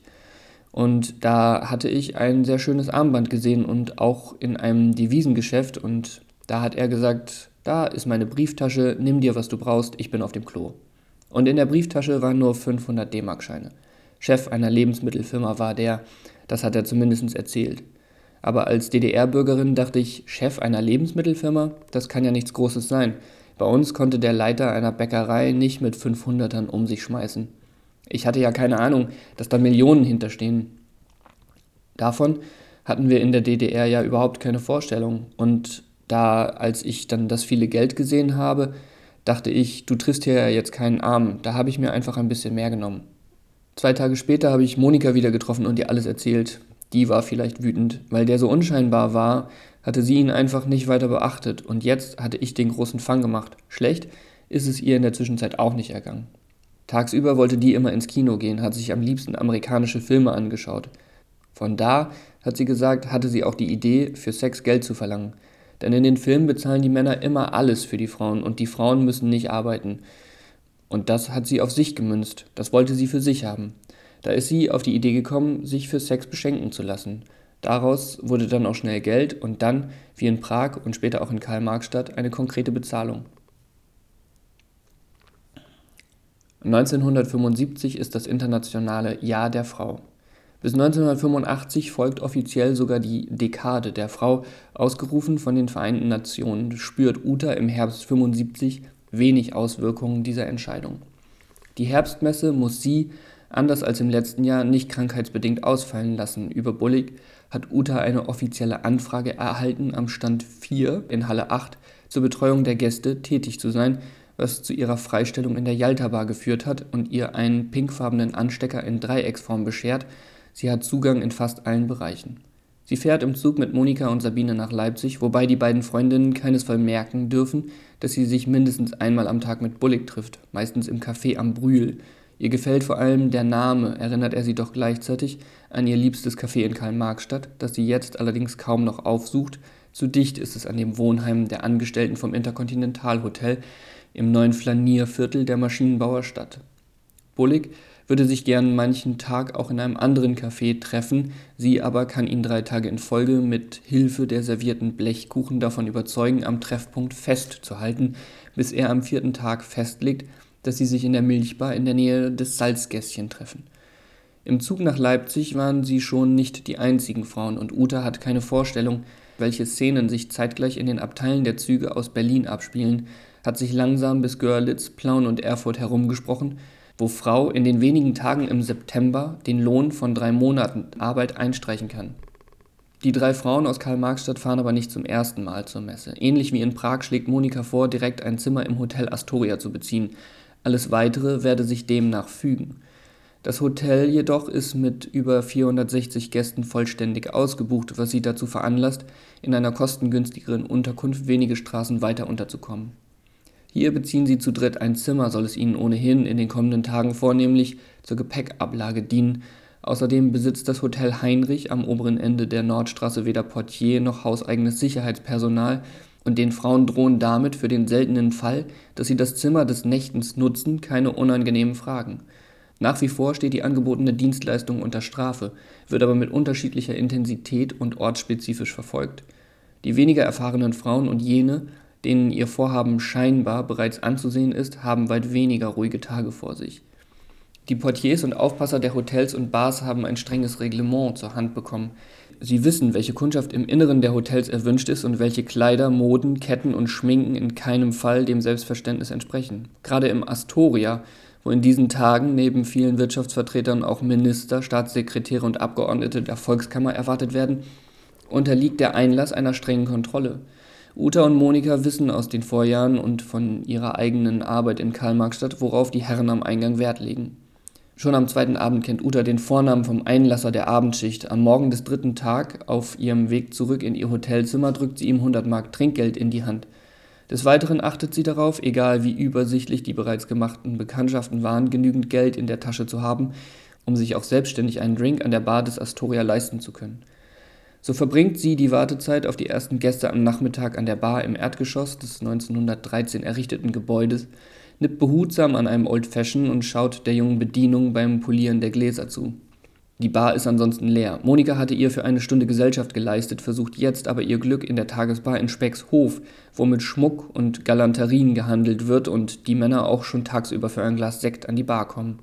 Und da hatte ich ein sehr schönes Armband gesehen und auch in einem Devisengeschäft und da hat er gesagt, da ist meine Brieftasche, nimm dir, was du brauchst, ich bin auf dem Klo. Und in der Brieftasche waren nur fünfhundert D-Mark-Scheine. Chef einer Lebensmittelfirma war der, das hat er zumindest erzählt. Aber als D D R-Bürgerin dachte ich, Chef einer Lebensmittelfirma, das kann ja nichts Großes sein. Bei uns konnte der Leiter einer Bäckerei nicht mit fünfhundertern um sich schmeißen. Ich hatte ja keine Ahnung, dass da Millionen hinterstehen. Davon hatten wir in der D D R ja überhaupt keine Vorstellung. Und da, als ich dann das viele Geld gesehen habe, dachte ich, du triffst hier ja jetzt keinen Armen. Da habe ich mir einfach ein bisschen mehr genommen. Zwei Tage später habe ich Monika wieder getroffen und ihr alles erzählt. Die war vielleicht wütend. Weil der so unscheinbar war, hatte sie ihn einfach nicht weiter beachtet und jetzt hatte ich den großen Fang gemacht. Schlecht ist es ihr in der Zwischenzeit auch nicht ergangen. Tagsüber wollte die immer ins Kino gehen, hat sich am liebsten amerikanische Filme angeschaut. Von da, hat sie gesagt, hatte sie auch die Idee, für Sex Geld zu verlangen. Denn in den Filmen bezahlen die Männer immer alles für die Frauen und die Frauen müssen nicht arbeiten. Und das hat sie auf sich gemünzt, das wollte sie für sich haben. Da ist sie auf die Idee gekommen, sich für Sex beschenken zu lassen. Daraus wurde dann auch schnell Geld und dann, wie in Prag und später auch in Karl-Marx-Stadt, eine konkrete Bezahlung. neunzehnhundertfünfundsiebzig ist das internationale Jahr der Frau. Bis neunzehnhundertfünfundachtzig folgt offiziell sogar die Dekade der Frau, ausgerufen von den Vereinten Nationen, spürt Uta im Herbst fünfundsiebzig wenig Auswirkungen dieser Entscheidung. Die Herbstmesse muss sie, anders als im letzten Jahr, nicht krankheitsbedingt ausfallen lassen. Über Bullig hat Uta eine offizielle Anfrage erhalten, am Stand vier in Halle acht zur Betreuung der Gäste tätig zu sein, was zu ihrer Freistellung in der Yalta Bar geführt hat und ihr einen pinkfarbenen Anstecker in Dreiecksform beschert. Sie hat Zugang in fast allen Bereichen. Sie fährt im Zug mit Monika und Sabine nach Leipzig, wobei die beiden Freundinnen keinesfalls merken dürfen, dass sie sich mindestens einmal am Tag mit Bullig trifft, meistens im Café am Brühl. Ihr gefällt vor allem der Name, erinnert er sie doch gleichzeitig an ihr liebstes Café in Karl-Marx-Stadt, das sie jetzt allerdings kaum noch aufsucht. Zu dicht ist es an dem Wohnheim der Angestellten vom Intercontinental Hotel im neuen Flanierviertel der Maschinenbauerstadt. Bullig würde sich gern manchen Tag auch in einem anderen Café treffen, sie aber kann ihn drei Tage in Folge mit Hilfe der servierten Blechkuchen davon überzeugen, am Treffpunkt festzuhalten, bis er am vierten Tag festlegt, dass sie sich in der Milchbar in der Nähe des Salzgässchen treffen. Im Zug nach Leipzig waren sie schon nicht die einzigen Frauen und Uta hat keine Vorstellung, welche Szenen sich zeitgleich in den Abteilen der Züge aus Berlin abspielen, hat sich langsam bis Görlitz, Plauen und Erfurt herumgesprochen, wo Frau in den wenigen Tagen im September den Lohn von drei Monaten Arbeit einstreichen kann. Die drei Frauen aus Karl-Marx-Stadt fahren aber nicht zum ersten Mal zur Messe. Ähnlich wie in Prag schlägt Monika vor, direkt ein Zimmer im Hotel Astoria zu beziehen. Alles Weitere werde sich demnach fügen. Das Hotel jedoch ist mit über vierhundertsechzig Gästen vollständig ausgebucht, was sie dazu veranlasst, in einer kostengünstigeren Unterkunft wenige Straßen weiter unterzukommen. Hier beziehen sie zu dritt ein Zimmer, soll es ihnen ohnehin in den kommenden Tagen vornehmlich zur Gepäckablage dienen. Außerdem besitzt das Hotel Heinrich am oberen Ende der Nordstraße weder Portier noch hauseigenes Sicherheitspersonal und den Frauen drohen damit für den seltenen Fall, dass sie das Zimmer des Nächtens nutzen, keine unangenehmen Fragen. Nach wie vor steht die angebotene Dienstleistung unter Strafe, wird aber mit unterschiedlicher Intensität und ortsspezifisch verfolgt. Die weniger erfahrenen Frauen und jene, denen ihr Vorhaben scheinbar bereits anzusehen ist, haben weit weniger ruhige Tage vor sich. Die Portiers und Aufpasser der Hotels und Bars haben ein strenges Reglement zur Hand bekommen. Sie wissen, welche Kundschaft im Inneren der Hotels erwünscht ist und welche Kleider, Moden, Ketten und Schminken in keinem Fall dem Selbstverständnis entsprechen. Gerade im Astoria, wo in diesen Tagen neben vielen Wirtschaftsvertretern auch Minister, Staatssekretäre und Abgeordnete der Volkskammer erwartet werden, unterliegt der Einlass einer strengen Kontrolle. Uta und Monika wissen aus den Vorjahren und von ihrer eigenen Arbeit in Karl-Marx-Stadt, worauf die Herren am Eingang Wert legen. Schon am zweiten Abend kennt Uta den Vornamen vom Einlasser der Abendschicht. Am Morgen des dritten Tages, auf ihrem Weg zurück in ihr Hotelzimmer, drückt sie ihm hundert Mark Trinkgeld in die Hand. Des Weiteren achtet sie darauf, egal wie übersichtlich die bereits gemachten Bekanntschaften waren, genügend Geld in der Tasche zu haben, um sich auch selbstständig einen Drink an der Bar des Astoria leisten zu können. So verbringt sie die Wartezeit auf die ersten Gäste am Nachmittag an der Bar im Erdgeschoss des neunzehnhundertdreizehn errichteten Gebäudes, nippt behutsam an einem Old Fashion und schaut der jungen Bedienung beim Polieren der Gläser zu. Die Bar ist ansonsten leer. Monika hatte ihr für eine Stunde Gesellschaft geleistet, versucht jetzt aber ihr Glück in der Tagesbar in Specks Hof, wo mit Schmuck und Galanterien gehandelt wird und die Männer auch schon tagsüber für ein Glas Sekt an die Bar kommen.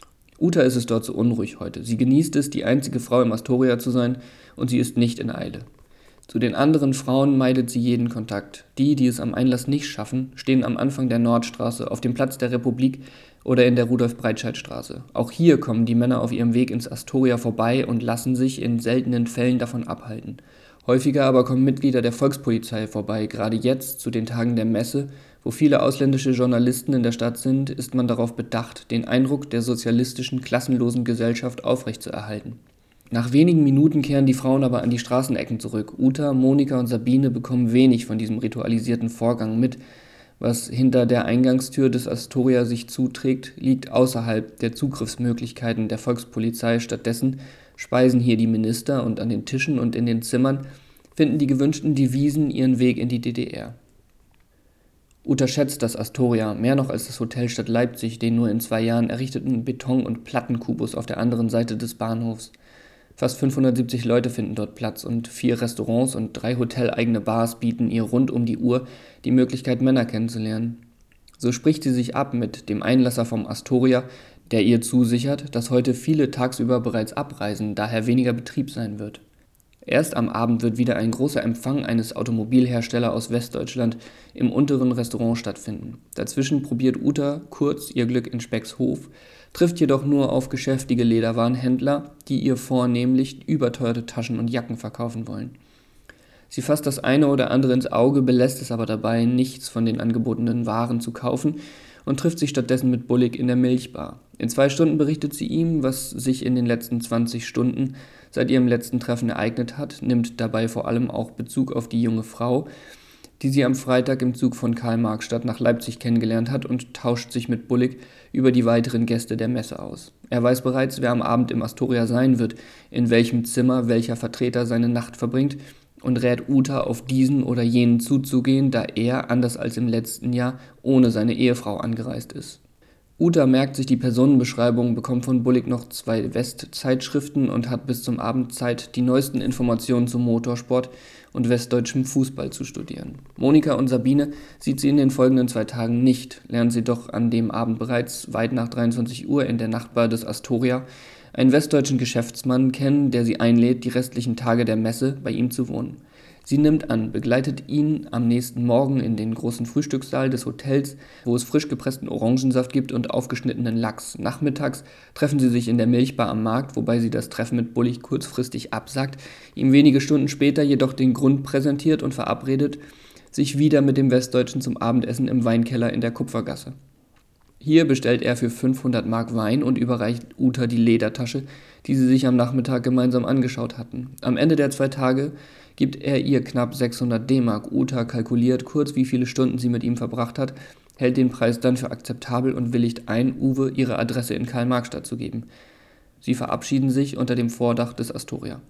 Uta ist es dort so unruhig heute. Sie genießt es, die einzige Frau im Astoria zu sein, und sie ist nicht in Eile. Zu den anderen Frauen meidet sie jeden Kontakt. Die, die es am Einlass nicht schaffen, stehen am Anfang der Nordstraße, auf dem Platz der Republik oder in der Rudolf-Breitscheid-Straße. Auch hier kommen die Männer auf ihrem Weg ins Astoria vorbei und lassen sich in seltenen Fällen davon abhalten. Häufiger aber kommen Mitglieder der Volkspolizei vorbei, gerade jetzt zu den Tagen der Messe, Wo viele ausländische Journalisten in der Stadt sind, ist man darauf bedacht, den Eindruck der sozialistischen, klassenlosen Gesellschaft aufrechtzuerhalten. Nach wenigen Minuten kehren die Frauen aber an die Straßenecken zurück. Uta, Monika und Sabine bekommen wenig von diesem ritualisierten Vorgang mit. Was hinter der Eingangstür des Astoria sich zuträgt, liegt außerhalb der Zugriffsmöglichkeiten der Volkspolizei. Stattdessen speisen hier die Minister und an den Tischen und in den Zimmern finden die gewünschten Devisen ihren Weg in die D D R. Uta schätzt das Astoria mehr noch als das Hotel Stadt Leipzig, den nur in zwei Jahren errichteten Beton- und Plattenkubus auf der anderen Seite des Bahnhofs. Fast fünfhundertsiebzig Leute finden dort Platz und vier Restaurants und drei hoteleigene Bars bieten ihr rund um die Uhr die Möglichkeit, Männer kennenzulernen. So spricht sie sich ab mit dem Einlasser vom Astoria, der ihr zusichert, dass heute viele tagsüber bereits abreisen, daher weniger Betrieb sein wird. Erst am Abend wird wieder ein großer Empfang eines Automobilherstellers aus Westdeutschland im unteren Restaurant stattfinden. Dazwischen probiert Uta kurz ihr Glück in Specks Hof, trifft jedoch nur auf geschäftige Lederwarenhändler, die ihr vornehmlich überteuerte Taschen und Jacken verkaufen wollen. Sie fasst das eine oder andere ins Auge, belässt es aber dabei, nichts von den angebotenen Waren zu kaufen und trifft sich stattdessen mit Bullig in der Milchbar. In zwei Stunden berichtet sie ihm, was sich in den letzten zwanzig Stunden seit ihrem letzten Treffen ereignet hat, nimmt dabei vor allem auch Bezug auf die junge Frau, die sie am Freitag im Zug von Karl-Marx-Stadt nach Leipzig kennengelernt hat, und tauscht sich mit Bullig über die weiteren Gäste der Messe aus. Er weiß bereits, wer am Abend im Astoria sein wird, in welchem Zimmer welcher Vertreter seine Nacht verbringt, und rät Uta, auf diesen oder jenen zuzugehen, da er, anders als im letzten Jahr, ohne seine Ehefrau angereist ist. Uta merkt sich die Personenbeschreibung, bekommt von Bullig noch zwei Westzeitschriften und hat bis zum Abend Zeit, die neuesten Informationen zum Motorsport und westdeutschem Fußball zu studieren. Monika und Sabine sieht sie in den folgenden zwei Tagen nicht, lernt sie doch an dem Abend bereits weit nach dreiundzwanzig Uhr in der Nachtbar des Astoria einen westdeutschen Geschäftsmann kennen, der sie einlädt, die restlichen Tage der Messe bei ihm zu wohnen. Sie nimmt an, begleitet ihn am nächsten Morgen in den großen Frühstückssaal des Hotels, wo es frisch gepressten Orangensaft gibt und aufgeschnittenen Lachs. Nachmittags treffen sie sich in der Milchbar am Markt, wobei sie das Treffen mit Bullig kurzfristig absagt, ihm wenige Stunden später jedoch den Grund präsentiert und verabredet sich wieder mit dem Westdeutschen zum Abendessen im Weinkeller in der Kupfergasse. Hier bestellt er für fünfhundert Mark Wein und überreicht Uta die Ledertasche, die sie sich am Nachmittag gemeinsam angeschaut hatten. Am Ende der zwei Tage gibt er ihr knapp sechshundert D-Mark. Uta kalkuliert kurz, wie viele Stunden sie mit ihm verbracht hat, hält den Preis dann für akzeptabel und willigt ein, Uwe ihre Adresse in Karl-Marx-Stadt zu geben. Sie verabschieden sich unter dem Vordach des Astoria.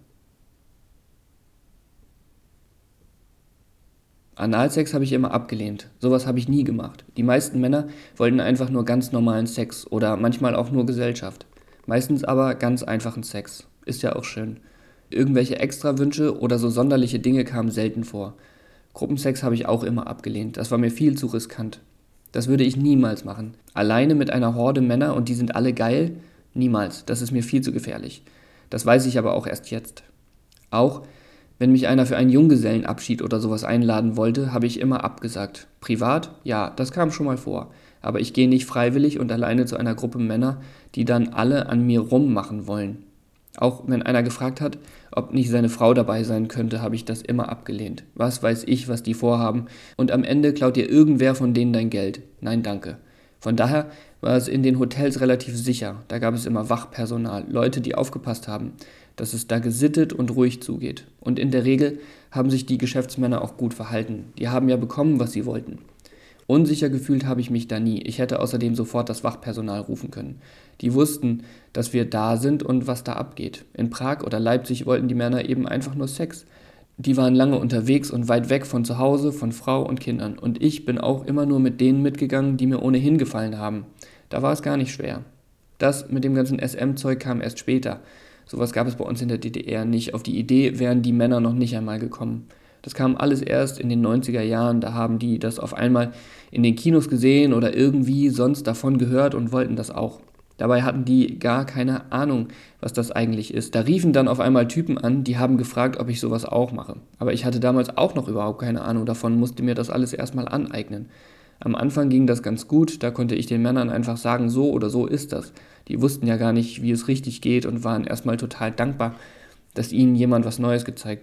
Analsex habe ich immer abgelehnt. Sowas habe ich nie gemacht. Die meisten Männer wollten einfach nur ganz normalen Sex oder manchmal auch nur Gesellschaft. Meistens aber ganz einfachen Sex. Ist ja auch schön. Irgendwelche Extrawünsche oder so sonderliche Dinge kamen selten vor. Gruppensex habe ich auch immer abgelehnt. Das war mir viel zu riskant. Das würde ich niemals machen. Alleine mit einer Horde Männer und die sind alle geil? Niemals. Das ist mir viel zu gefährlich. Das weiß ich aber auch erst jetzt. Auch wenn mich einer für einen Junggesellenabschied oder sowas einladen wollte, habe ich immer abgesagt. Privat? Ja, das kam schon mal vor. Aber ich gehe nicht freiwillig und alleine zu einer Gruppe Männer, die dann alle an mir rummachen wollen. Auch wenn einer gefragt hat, ob nicht seine Frau dabei sein könnte, habe ich das immer abgelehnt. Was weiß ich, was die vorhaben. Und am Ende klaut dir irgendwer von denen dein Geld. Nein, danke. Von daher war es in den Hotels relativ sicher. Da gab es immer Wachpersonal, Leute, die aufgepasst haben, dass es da gesittet und ruhig zugeht. Und in der Regel haben sich die Geschäftsmänner auch gut verhalten. Die haben ja bekommen, was sie wollten. Unsicher gefühlt habe ich mich da nie. Ich hätte außerdem sofort das Wachpersonal rufen können. Die wussten, dass wir da sind und was da abgeht. In Prag oder Leipzig wollten die Männer eben einfach nur Sex. Die waren lange unterwegs und weit weg von zu Hause, von Frau und Kindern. Und ich bin auch immer nur mit denen mitgegangen, die mir ohnehin gefallen haben. Da war es gar nicht schwer. Das mit dem ganzen S M-Zeug kam erst später. Sowas gab es bei uns in der D D R nicht. Auf die Idee wären die Männer noch nicht einmal gekommen. Das kam alles erst in den neunziger Jahren. Da haben die das auf einmal in den Kinos gesehen oder irgendwie sonst davon gehört und wollten das auch. Dabei hatten die gar keine Ahnung, was das eigentlich ist. Da riefen dann auf einmal Typen an, die haben gefragt, ob ich sowas auch mache. Aber ich hatte damals auch noch überhaupt keine Ahnung davon, musste mir das alles erstmal aneignen. Am Anfang ging das ganz gut, da konnte ich den Männern einfach sagen, so oder so ist das. Die wussten ja gar nicht, wie es richtig geht und waren erstmal total dankbar, dass ihnen jemand was Neues gezeigt hat.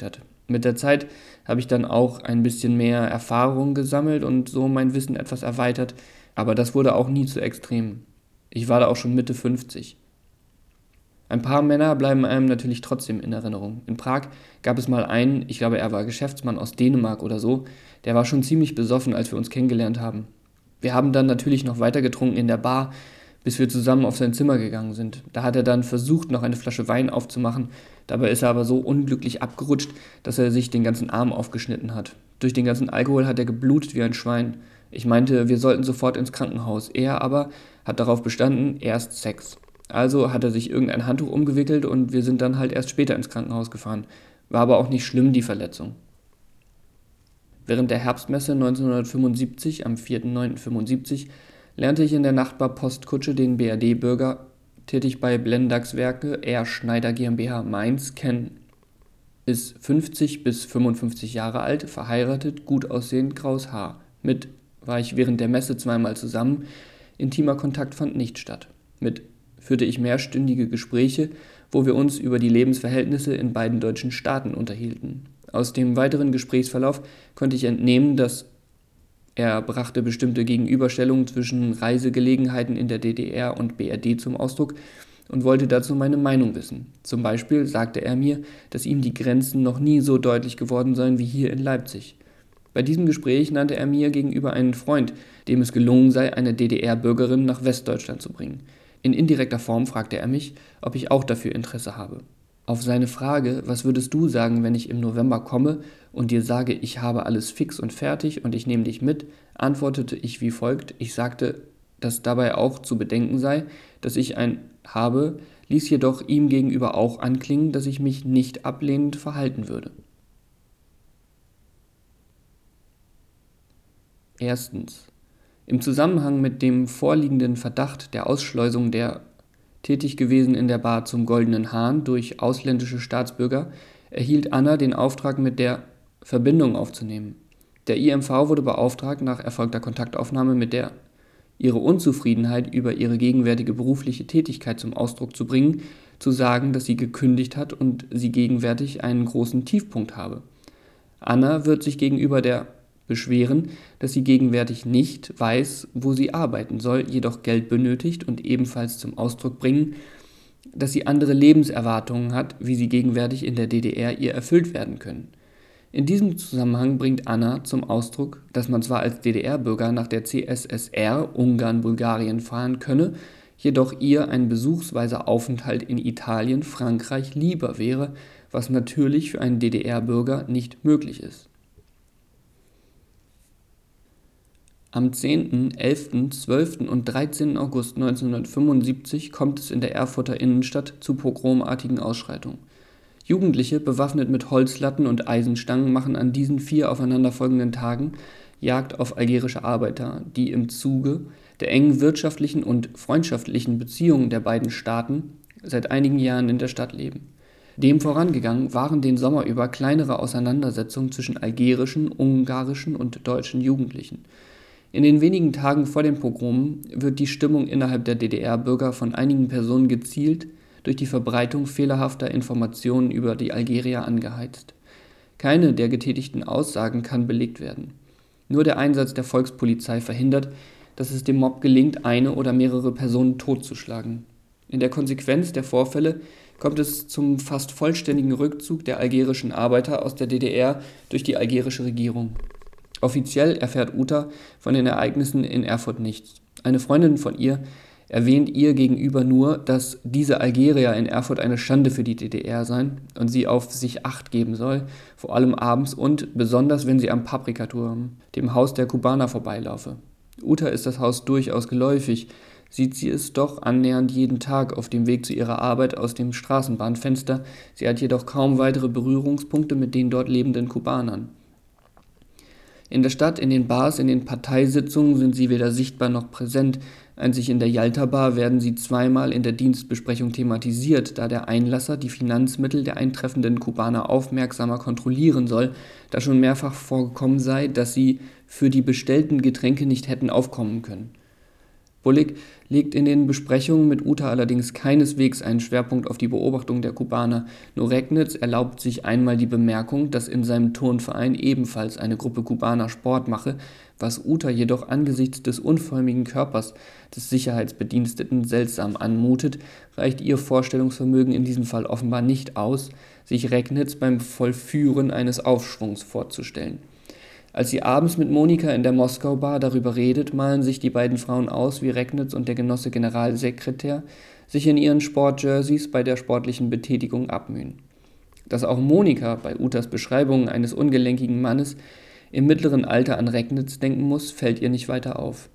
Mit der Zeit habe ich dann auch ein bisschen mehr Erfahrung gesammelt und so mein Wissen etwas erweitert, aber das wurde auch nie zu extrem. Ich war da auch schon Mitte fünfzig. Ein paar Männer bleiben einem natürlich trotzdem in Erinnerung. In Prag gab es mal einen, ich glaube, er war Geschäftsmann aus Dänemark oder so, der war schon ziemlich besoffen, als wir uns kennengelernt haben. Wir haben dann natürlich noch weiter getrunken in der Bar, bis wir zusammen auf sein Zimmer gegangen sind. Da hat er dann versucht, noch eine Flasche Wein aufzumachen, dabei ist er aber so unglücklich abgerutscht, dass er sich den ganzen Arm aufgeschnitten hat. Durch den ganzen Alkohol hat er geblutet wie ein Schwein. Ich meinte, wir sollten sofort ins Krankenhaus. Er aber hat darauf bestanden, erst Sex. Also hat er sich irgendein Handtuch umgewickelt und wir sind dann halt erst später ins Krankenhaus gefahren. War aber auch nicht schlimm, die Verletzung. Während der Herbstmesse neunzehnhundertfünfundsiebzig, am vierten neunten fünfundsiebzig, lernte ich in der Nachtbar Postkutsche den B R D-Bürger, tätig bei Blendax Werke, R. Schneider GmbH Mainz, kennen. Ist fünfzig bis fünfundfünfzig Jahre alt, verheiratet, gut aussehend, graues Haar. Mit war ich während der Messe zweimal zusammen, intimer Kontakt fand nicht statt. Mit führte ich mehrstündige Gespräche, wo wir uns über die Lebensverhältnisse in beiden deutschen Staaten unterhielten. Aus dem weiteren Gesprächsverlauf konnte ich entnehmen, dass er brachte bestimmte Gegenüberstellungen zwischen Reisegelegenheiten in der D D R und B R D zum Ausdruck und wollte dazu meine Meinung wissen. Zum Beispiel sagte er mir, dass ihm die Grenzen noch nie so deutlich geworden seien wie hier in Leipzig. Bei diesem Gespräch nannte er mir gegenüber einen Freund, dem es gelungen sei, eine D D R-Bürgerin nach Westdeutschland zu bringen. In indirekter Form fragte er mich, ob ich auch dafür Interesse habe. Auf seine Frage, was würdest du sagen, wenn ich im November komme und dir sage, ich habe alles fix und fertig und ich nehme dich mit, antwortete ich wie folgt. Ich sagte, dass dabei auch zu bedenken sei, dass ich ein habe, ließ jedoch ihm gegenüber auch anklingen, dass ich mich nicht ablehnend verhalten würde. Erstens. Im Zusammenhang mit dem vorliegenden Verdacht der Ausschleusung der tätig gewesen in der Bar zum Goldenen Hahn durch ausländische Staatsbürger, erhielt Anna den Auftrag, mit der Verbindung aufzunehmen. Der I M V wurde beauftragt, nach erfolgter Kontaktaufnahme mit der ihre Unzufriedenheit über ihre gegenwärtige berufliche Tätigkeit zum Ausdruck zu bringen, zu sagen, dass sie gekündigt hat und sie gegenwärtig einen großen Tiefpunkt habe. Anna wird sich gegenüber der beschweren, dass sie gegenwärtig nicht weiß, wo sie arbeiten soll, jedoch Geld benötigt und ebenfalls zum Ausdruck bringen, dass sie andere Lebenserwartungen hat, wie sie gegenwärtig in der D D R ihr erfüllt werden können. In diesem Zusammenhang bringt Anna zum Ausdruck, dass man zwar als D D R-Bürger nach der C S S R, Ungarn, Bulgarien fahren könne, jedoch ihr ein besuchsweiser Aufenthalt in Italien, Frankreich lieber wäre, was natürlich für einen D D R-Bürger nicht möglich ist. Am zehnten, elften, zwölften und dreizehnten August neunzehnhundertfünfundsiebzig kommt es in der Erfurter Innenstadt zu pogromartigen Ausschreitungen. Jugendliche, bewaffnet mit Holzlatten und Eisenstangen, machen an diesen vier aufeinanderfolgenden Tagen Jagd auf algerische Arbeiter, die im Zuge der engen wirtschaftlichen und freundschaftlichen Beziehungen der beiden Staaten seit einigen Jahren in der Stadt leben. Dem vorangegangen waren den Sommer über kleinere Auseinandersetzungen zwischen algerischen, ungarischen und deutschen Jugendlichen. In den wenigen Tagen vor den Pogromen wird die Stimmung innerhalb der D D R-Bürger von einigen Personen gezielt durch die Verbreitung fehlerhafter Informationen über die Algerier angeheizt. Keine der getätigten Aussagen kann belegt werden. Nur der Einsatz der Volkspolizei verhindert, dass es dem Mob gelingt, eine oder mehrere Personen totzuschlagen. In der Konsequenz der Vorfälle kommt es zum fast vollständigen Rückzug der algerischen Arbeiter aus der D D R durch die algerische Regierung. Offiziell erfährt Uta von den Ereignissen in Erfurt nichts. Eine Freundin von ihr erwähnt ihr gegenüber nur, dass diese Algerier in Erfurt eine Schande für die D D R seien und sie auf sich Acht geben soll, vor allem abends und besonders, wenn sie am Paprikaturm, dem Haus der Kubaner, vorbeilaufe. Uta ist das Haus durchaus geläufig, sieht sie es doch annähernd jeden Tag auf dem Weg zu ihrer Arbeit aus dem Straßenbahnfenster, sie hat jedoch kaum weitere Berührungspunkte mit den dort lebenden Kubanern. In der Stadt, in den Bars, in den Parteisitzungen sind sie weder sichtbar noch präsent. Einzig in der Yalta-Bar werden sie zweimal in der Dienstbesprechung thematisiert, da der Einlasser die Finanzmittel der eintreffenden Kubaner aufmerksamer kontrollieren soll, da schon mehrfach vorgekommen sei, dass sie für die bestellten Getränke nicht hätten aufkommen können. Bullig legt in den Besprechungen mit Uta allerdings keineswegs einen Schwerpunkt auf die Beobachtung der Kubaner. Nur Regnitz erlaubt sich einmal die Bemerkung, dass in seinem Turnverein ebenfalls eine Gruppe Kubaner Sport mache, was Uta jedoch angesichts des unförmigen Körpers des Sicherheitsbediensteten seltsam anmutet, reicht ihr Vorstellungsvermögen in diesem Fall offenbar nicht aus, sich Regnitz beim Vollführen eines Aufschwungs vorzustellen. Als sie abends mit Monika in der Moskau-Bar darüber redet, malen sich die beiden Frauen aus, wie Regnitz und der Genosse Generalsekretär sich in ihren Sportjerseys bei der sportlichen Betätigung abmühen. Dass auch Monika bei Utas Beschreibung eines ungelenkigen Mannes im mittleren Alter an Regnitz denken muss, fällt ihr nicht weiter auf.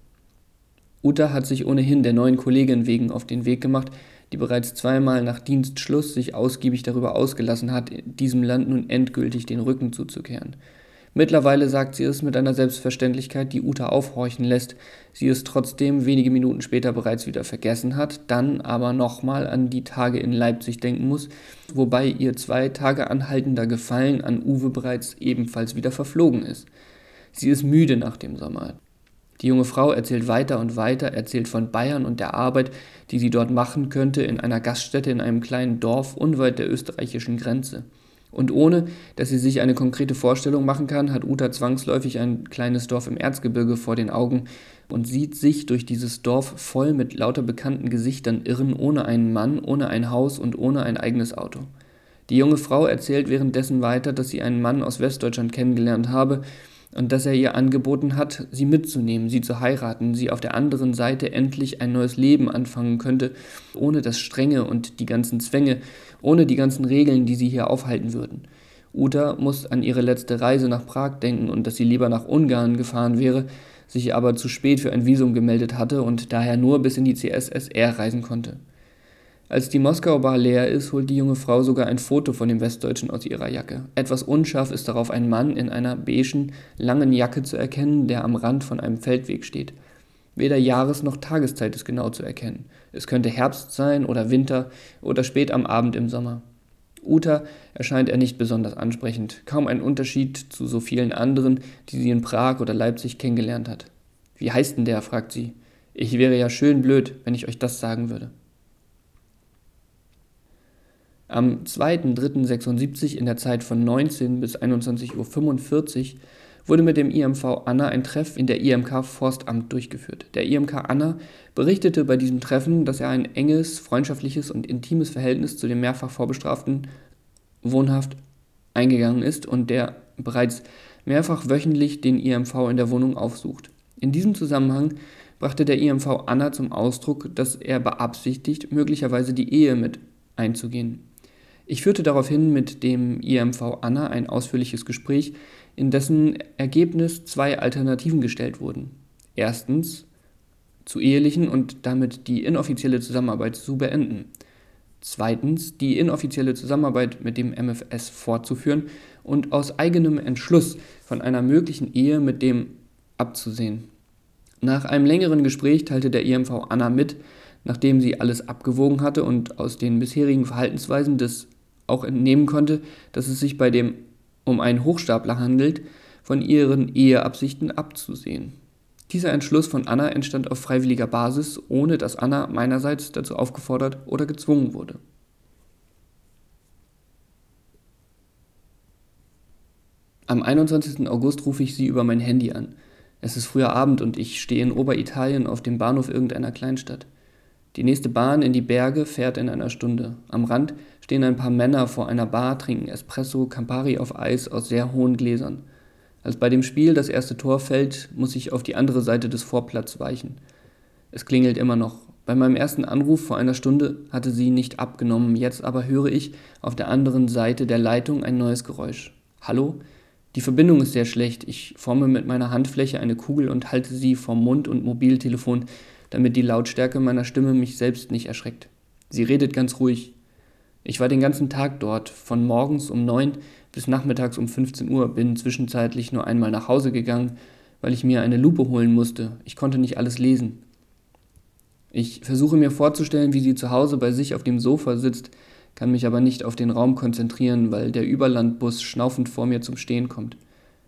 Uta hat sich ohnehin der neuen Kollegin wegen auf den Weg gemacht, die bereits zweimal nach Dienstschluss sich ausgiebig darüber ausgelassen hat, diesem Land nun endgültig den Rücken zuzukehren. Mittlerweile sagt sie es mit einer Selbstverständlichkeit, die Uta aufhorchen lässt, sie es trotzdem wenige Minuten später bereits wieder vergessen hat, dann aber nochmal an die Tage in Leipzig denken muss, wobei ihr zwei Tage anhaltender Gefallen an Uwe bereits ebenfalls wieder verflogen ist. Sie ist müde nach dem Sommer. Die junge Frau erzählt weiter und weiter, erzählt von Bayern und der Arbeit, die sie dort machen könnte, in einer Gaststätte in einem kleinen Dorf unweit der österreichischen Grenze. Und ohne, dass sie sich eine konkrete Vorstellung machen kann, hat Uta zwangsläufig ein kleines Dorf im Erzgebirge vor den Augen und sieht sich durch dieses Dorf voll mit lauter bekannten Gesichtern irren, ohne einen Mann, ohne ein Haus und ohne ein eigenes Auto. Die junge Frau erzählt währenddessen weiter, dass sie einen Mann aus Westdeutschland kennengelernt habe und dass er ihr angeboten hat, sie mitzunehmen, sie zu heiraten, sie auf der anderen Seite endlich ein neues Leben anfangen könnte, ohne das Strenge und die ganzen Zwänge, ohne die ganzen Regeln, die sie hier aufhalten würden. Uta muss an ihre letzte Reise nach Prag denken und dass sie lieber nach Ungarn gefahren wäre, sich aber zu spät für ein Visum gemeldet hatte und daher nur bis in die C S S R reisen konnte. Als die Moskau-Bar leer ist, holt die junge Frau sogar ein Foto von dem Westdeutschen aus ihrer Jacke. Etwas unscharf ist darauf ein Mann in einer beigen, langen Jacke zu erkennen, der am Rand von einem Feldweg steht. Weder Jahres- noch Tageszeit ist genau zu erkennen. Es könnte Herbst sein oder Winter oder spät am Abend im Sommer. Uta erscheint er nicht besonders ansprechend, kaum ein Unterschied zu so vielen anderen, die sie in Prag oder Leipzig kennengelernt hat. »Wie heißt denn der?« fragt sie. »Ich wäre ja schön blöd, wenn ich euch das sagen würde.« Am zweiten dritten sechsundsiebzig in der Zeit von neunzehn bis einundzwanzig Uhr fünfundvierzig wurde mit dem I M V Anna ein Treff in der I M K Forstamt durchgeführt. Der I M K Anna berichtete bei diesem Treffen, dass er ein enges, freundschaftliches und intimes Verhältnis zu dem mehrfach Vorbestraften wohnhaft eingegangen ist und der bereits mehrfach wöchentlich den I M V in der Wohnung aufsucht. In diesem Zusammenhang brachte der I M V Anna zum Ausdruck, dass er beabsichtigt, möglicherweise die Ehe mit einzugehen. Ich führte daraufhin mit dem I M V Anna ein ausführliches Gespräch, in dessen Ergebnis zwei Alternativen gestellt wurden. Erstens, zu ehelichen und damit die inoffizielle Zusammenarbeit zu beenden. Zweitens, die inoffizielle Zusammenarbeit mit dem M F S fortzuführen und aus eigenem Entschluss von einer möglichen Ehe mit dem abzusehen. Nach einem längeren Gespräch teilte der I M V Anna mit, nachdem sie alles abgewogen hatte und aus den bisherigen Verhaltensweisen des auch entnehmen konnte, dass es sich bei dem um einen Hochstapler handelt, von ihren Eheabsichten abzusehen. Dieser Entschluss von Anna entstand auf freiwilliger Basis, ohne dass Anna meinerseits dazu aufgefordert oder gezwungen wurde. Am einundzwanzigsten August rufe ich sie über mein Handy an. Es ist früher Abend und ich stehe in Oberitalien auf dem Bahnhof irgendeiner Kleinstadt. Die nächste Bahn in die Berge fährt in einer Stunde. Am Rand stehen ein paar Männer vor einer Bar, trinken Espresso, Campari auf Eis aus sehr hohen Gläsern. Als bei dem Spiel das erste Tor fällt, muss ich auf die andere Seite des Vorplatz weichen. Es klingelt immer noch. Bei meinem ersten Anruf vor einer Stunde hatte sie nicht abgenommen, jetzt aber höre ich auf der anderen Seite der Leitung ein neues Geräusch. Hallo? Die Verbindung ist sehr schlecht. Ich forme mit meiner Handfläche eine Kugel und halte sie vom Mund- und Mobiltelefon, damit die Lautstärke meiner Stimme mich selbst nicht erschreckt. Sie redet ganz ruhig. Ich war den ganzen Tag dort, von morgens um neun bis nachmittags um fünfzehn Uhr, bin zwischenzeitlich nur einmal nach Hause gegangen, weil ich mir eine Lupe holen musste. Ich konnte nicht alles lesen. Ich versuche mir vorzustellen, wie sie zu Hause bei sich auf dem Sofa sitzt, kann mich aber nicht auf den Raum konzentrieren, weil der Überlandbus schnaufend vor mir zum Stehen kommt.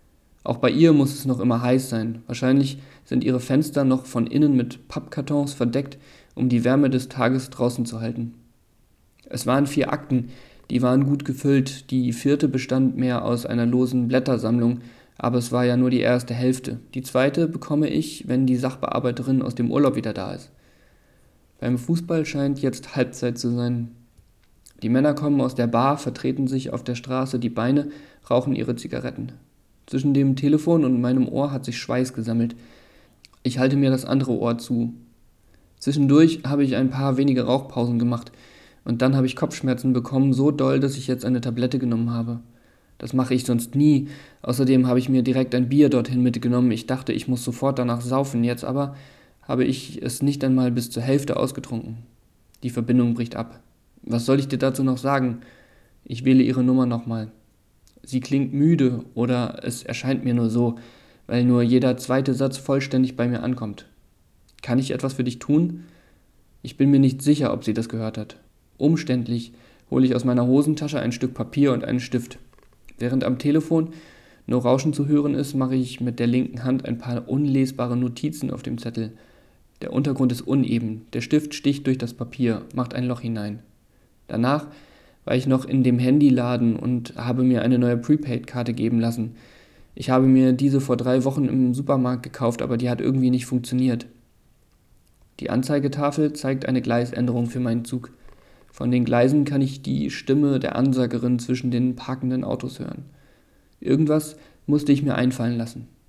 Auch bei ihr muss es noch immer heiß sein. Wahrscheinlich sind ihre Fenster noch von innen mit Pappkartons verdeckt, um die Wärme des Tages draußen zu halten. Es waren vier Akten, die waren gut gefüllt. Die vierte bestand mehr aus einer losen Blättersammlung, aber es war ja nur die erste Hälfte. Die zweite bekomme ich, wenn die Sachbearbeiterin aus dem Urlaub wieder da ist. Beim Fußball scheint jetzt Halbzeit zu sein. Die Männer kommen aus der Bar, vertreten sich auf der Straße die Beine, rauchen ihre Zigaretten. Zwischen dem Telefon und meinem Ohr hat sich Schweiß gesammelt. Ich halte mir das andere Ohr zu. Zwischendurch habe ich ein paar wenige Rauchpausen gemacht und dann habe ich Kopfschmerzen bekommen, so doll, dass ich jetzt eine Tablette genommen habe. Das mache ich sonst nie. Außerdem habe ich mir direkt ein Bier dorthin mitgenommen. Ich dachte, ich muss sofort danach saufen, jetzt aber habe ich es nicht einmal bis zur Hälfte ausgetrunken. Die Verbindung bricht ab. Was soll ich dir dazu noch sagen? Ich wähle ihre Nummer nochmal. Sie klingt müde oder es erscheint mir nur so, weil nur jeder zweite Satz vollständig bei mir ankommt. Kann ich etwas für dich tun? Ich bin mir nicht sicher, ob sie das gehört hat. Umständlich hole ich aus meiner Hosentasche ein Stück Papier und einen Stift. Während am Telefon nur Rauschen zu hören ist, mache ich mit der linken Hand ein paar unlesbare Notizen auf dem Zettel. Der Untergrund ist uneben, der Stift sticht durch das Papier, macht ein Loch hinein. Danach war ich noch in dem Handyladen und habe mir eine neue Prepaid-Karte geben lassen. Ich habe mir diese vor drei Wochen im Supermarkt gekauft, aber die hat irgendwie nicht funktioniert. Die Anzeigetafel zeigt eine Gleisänderung für meinen Zug. Von den Gleisen kann ich die Stimme der Ansagerin zwischen den parkenden Autos hören. Irgendwas musste ich mir einfallen lassen.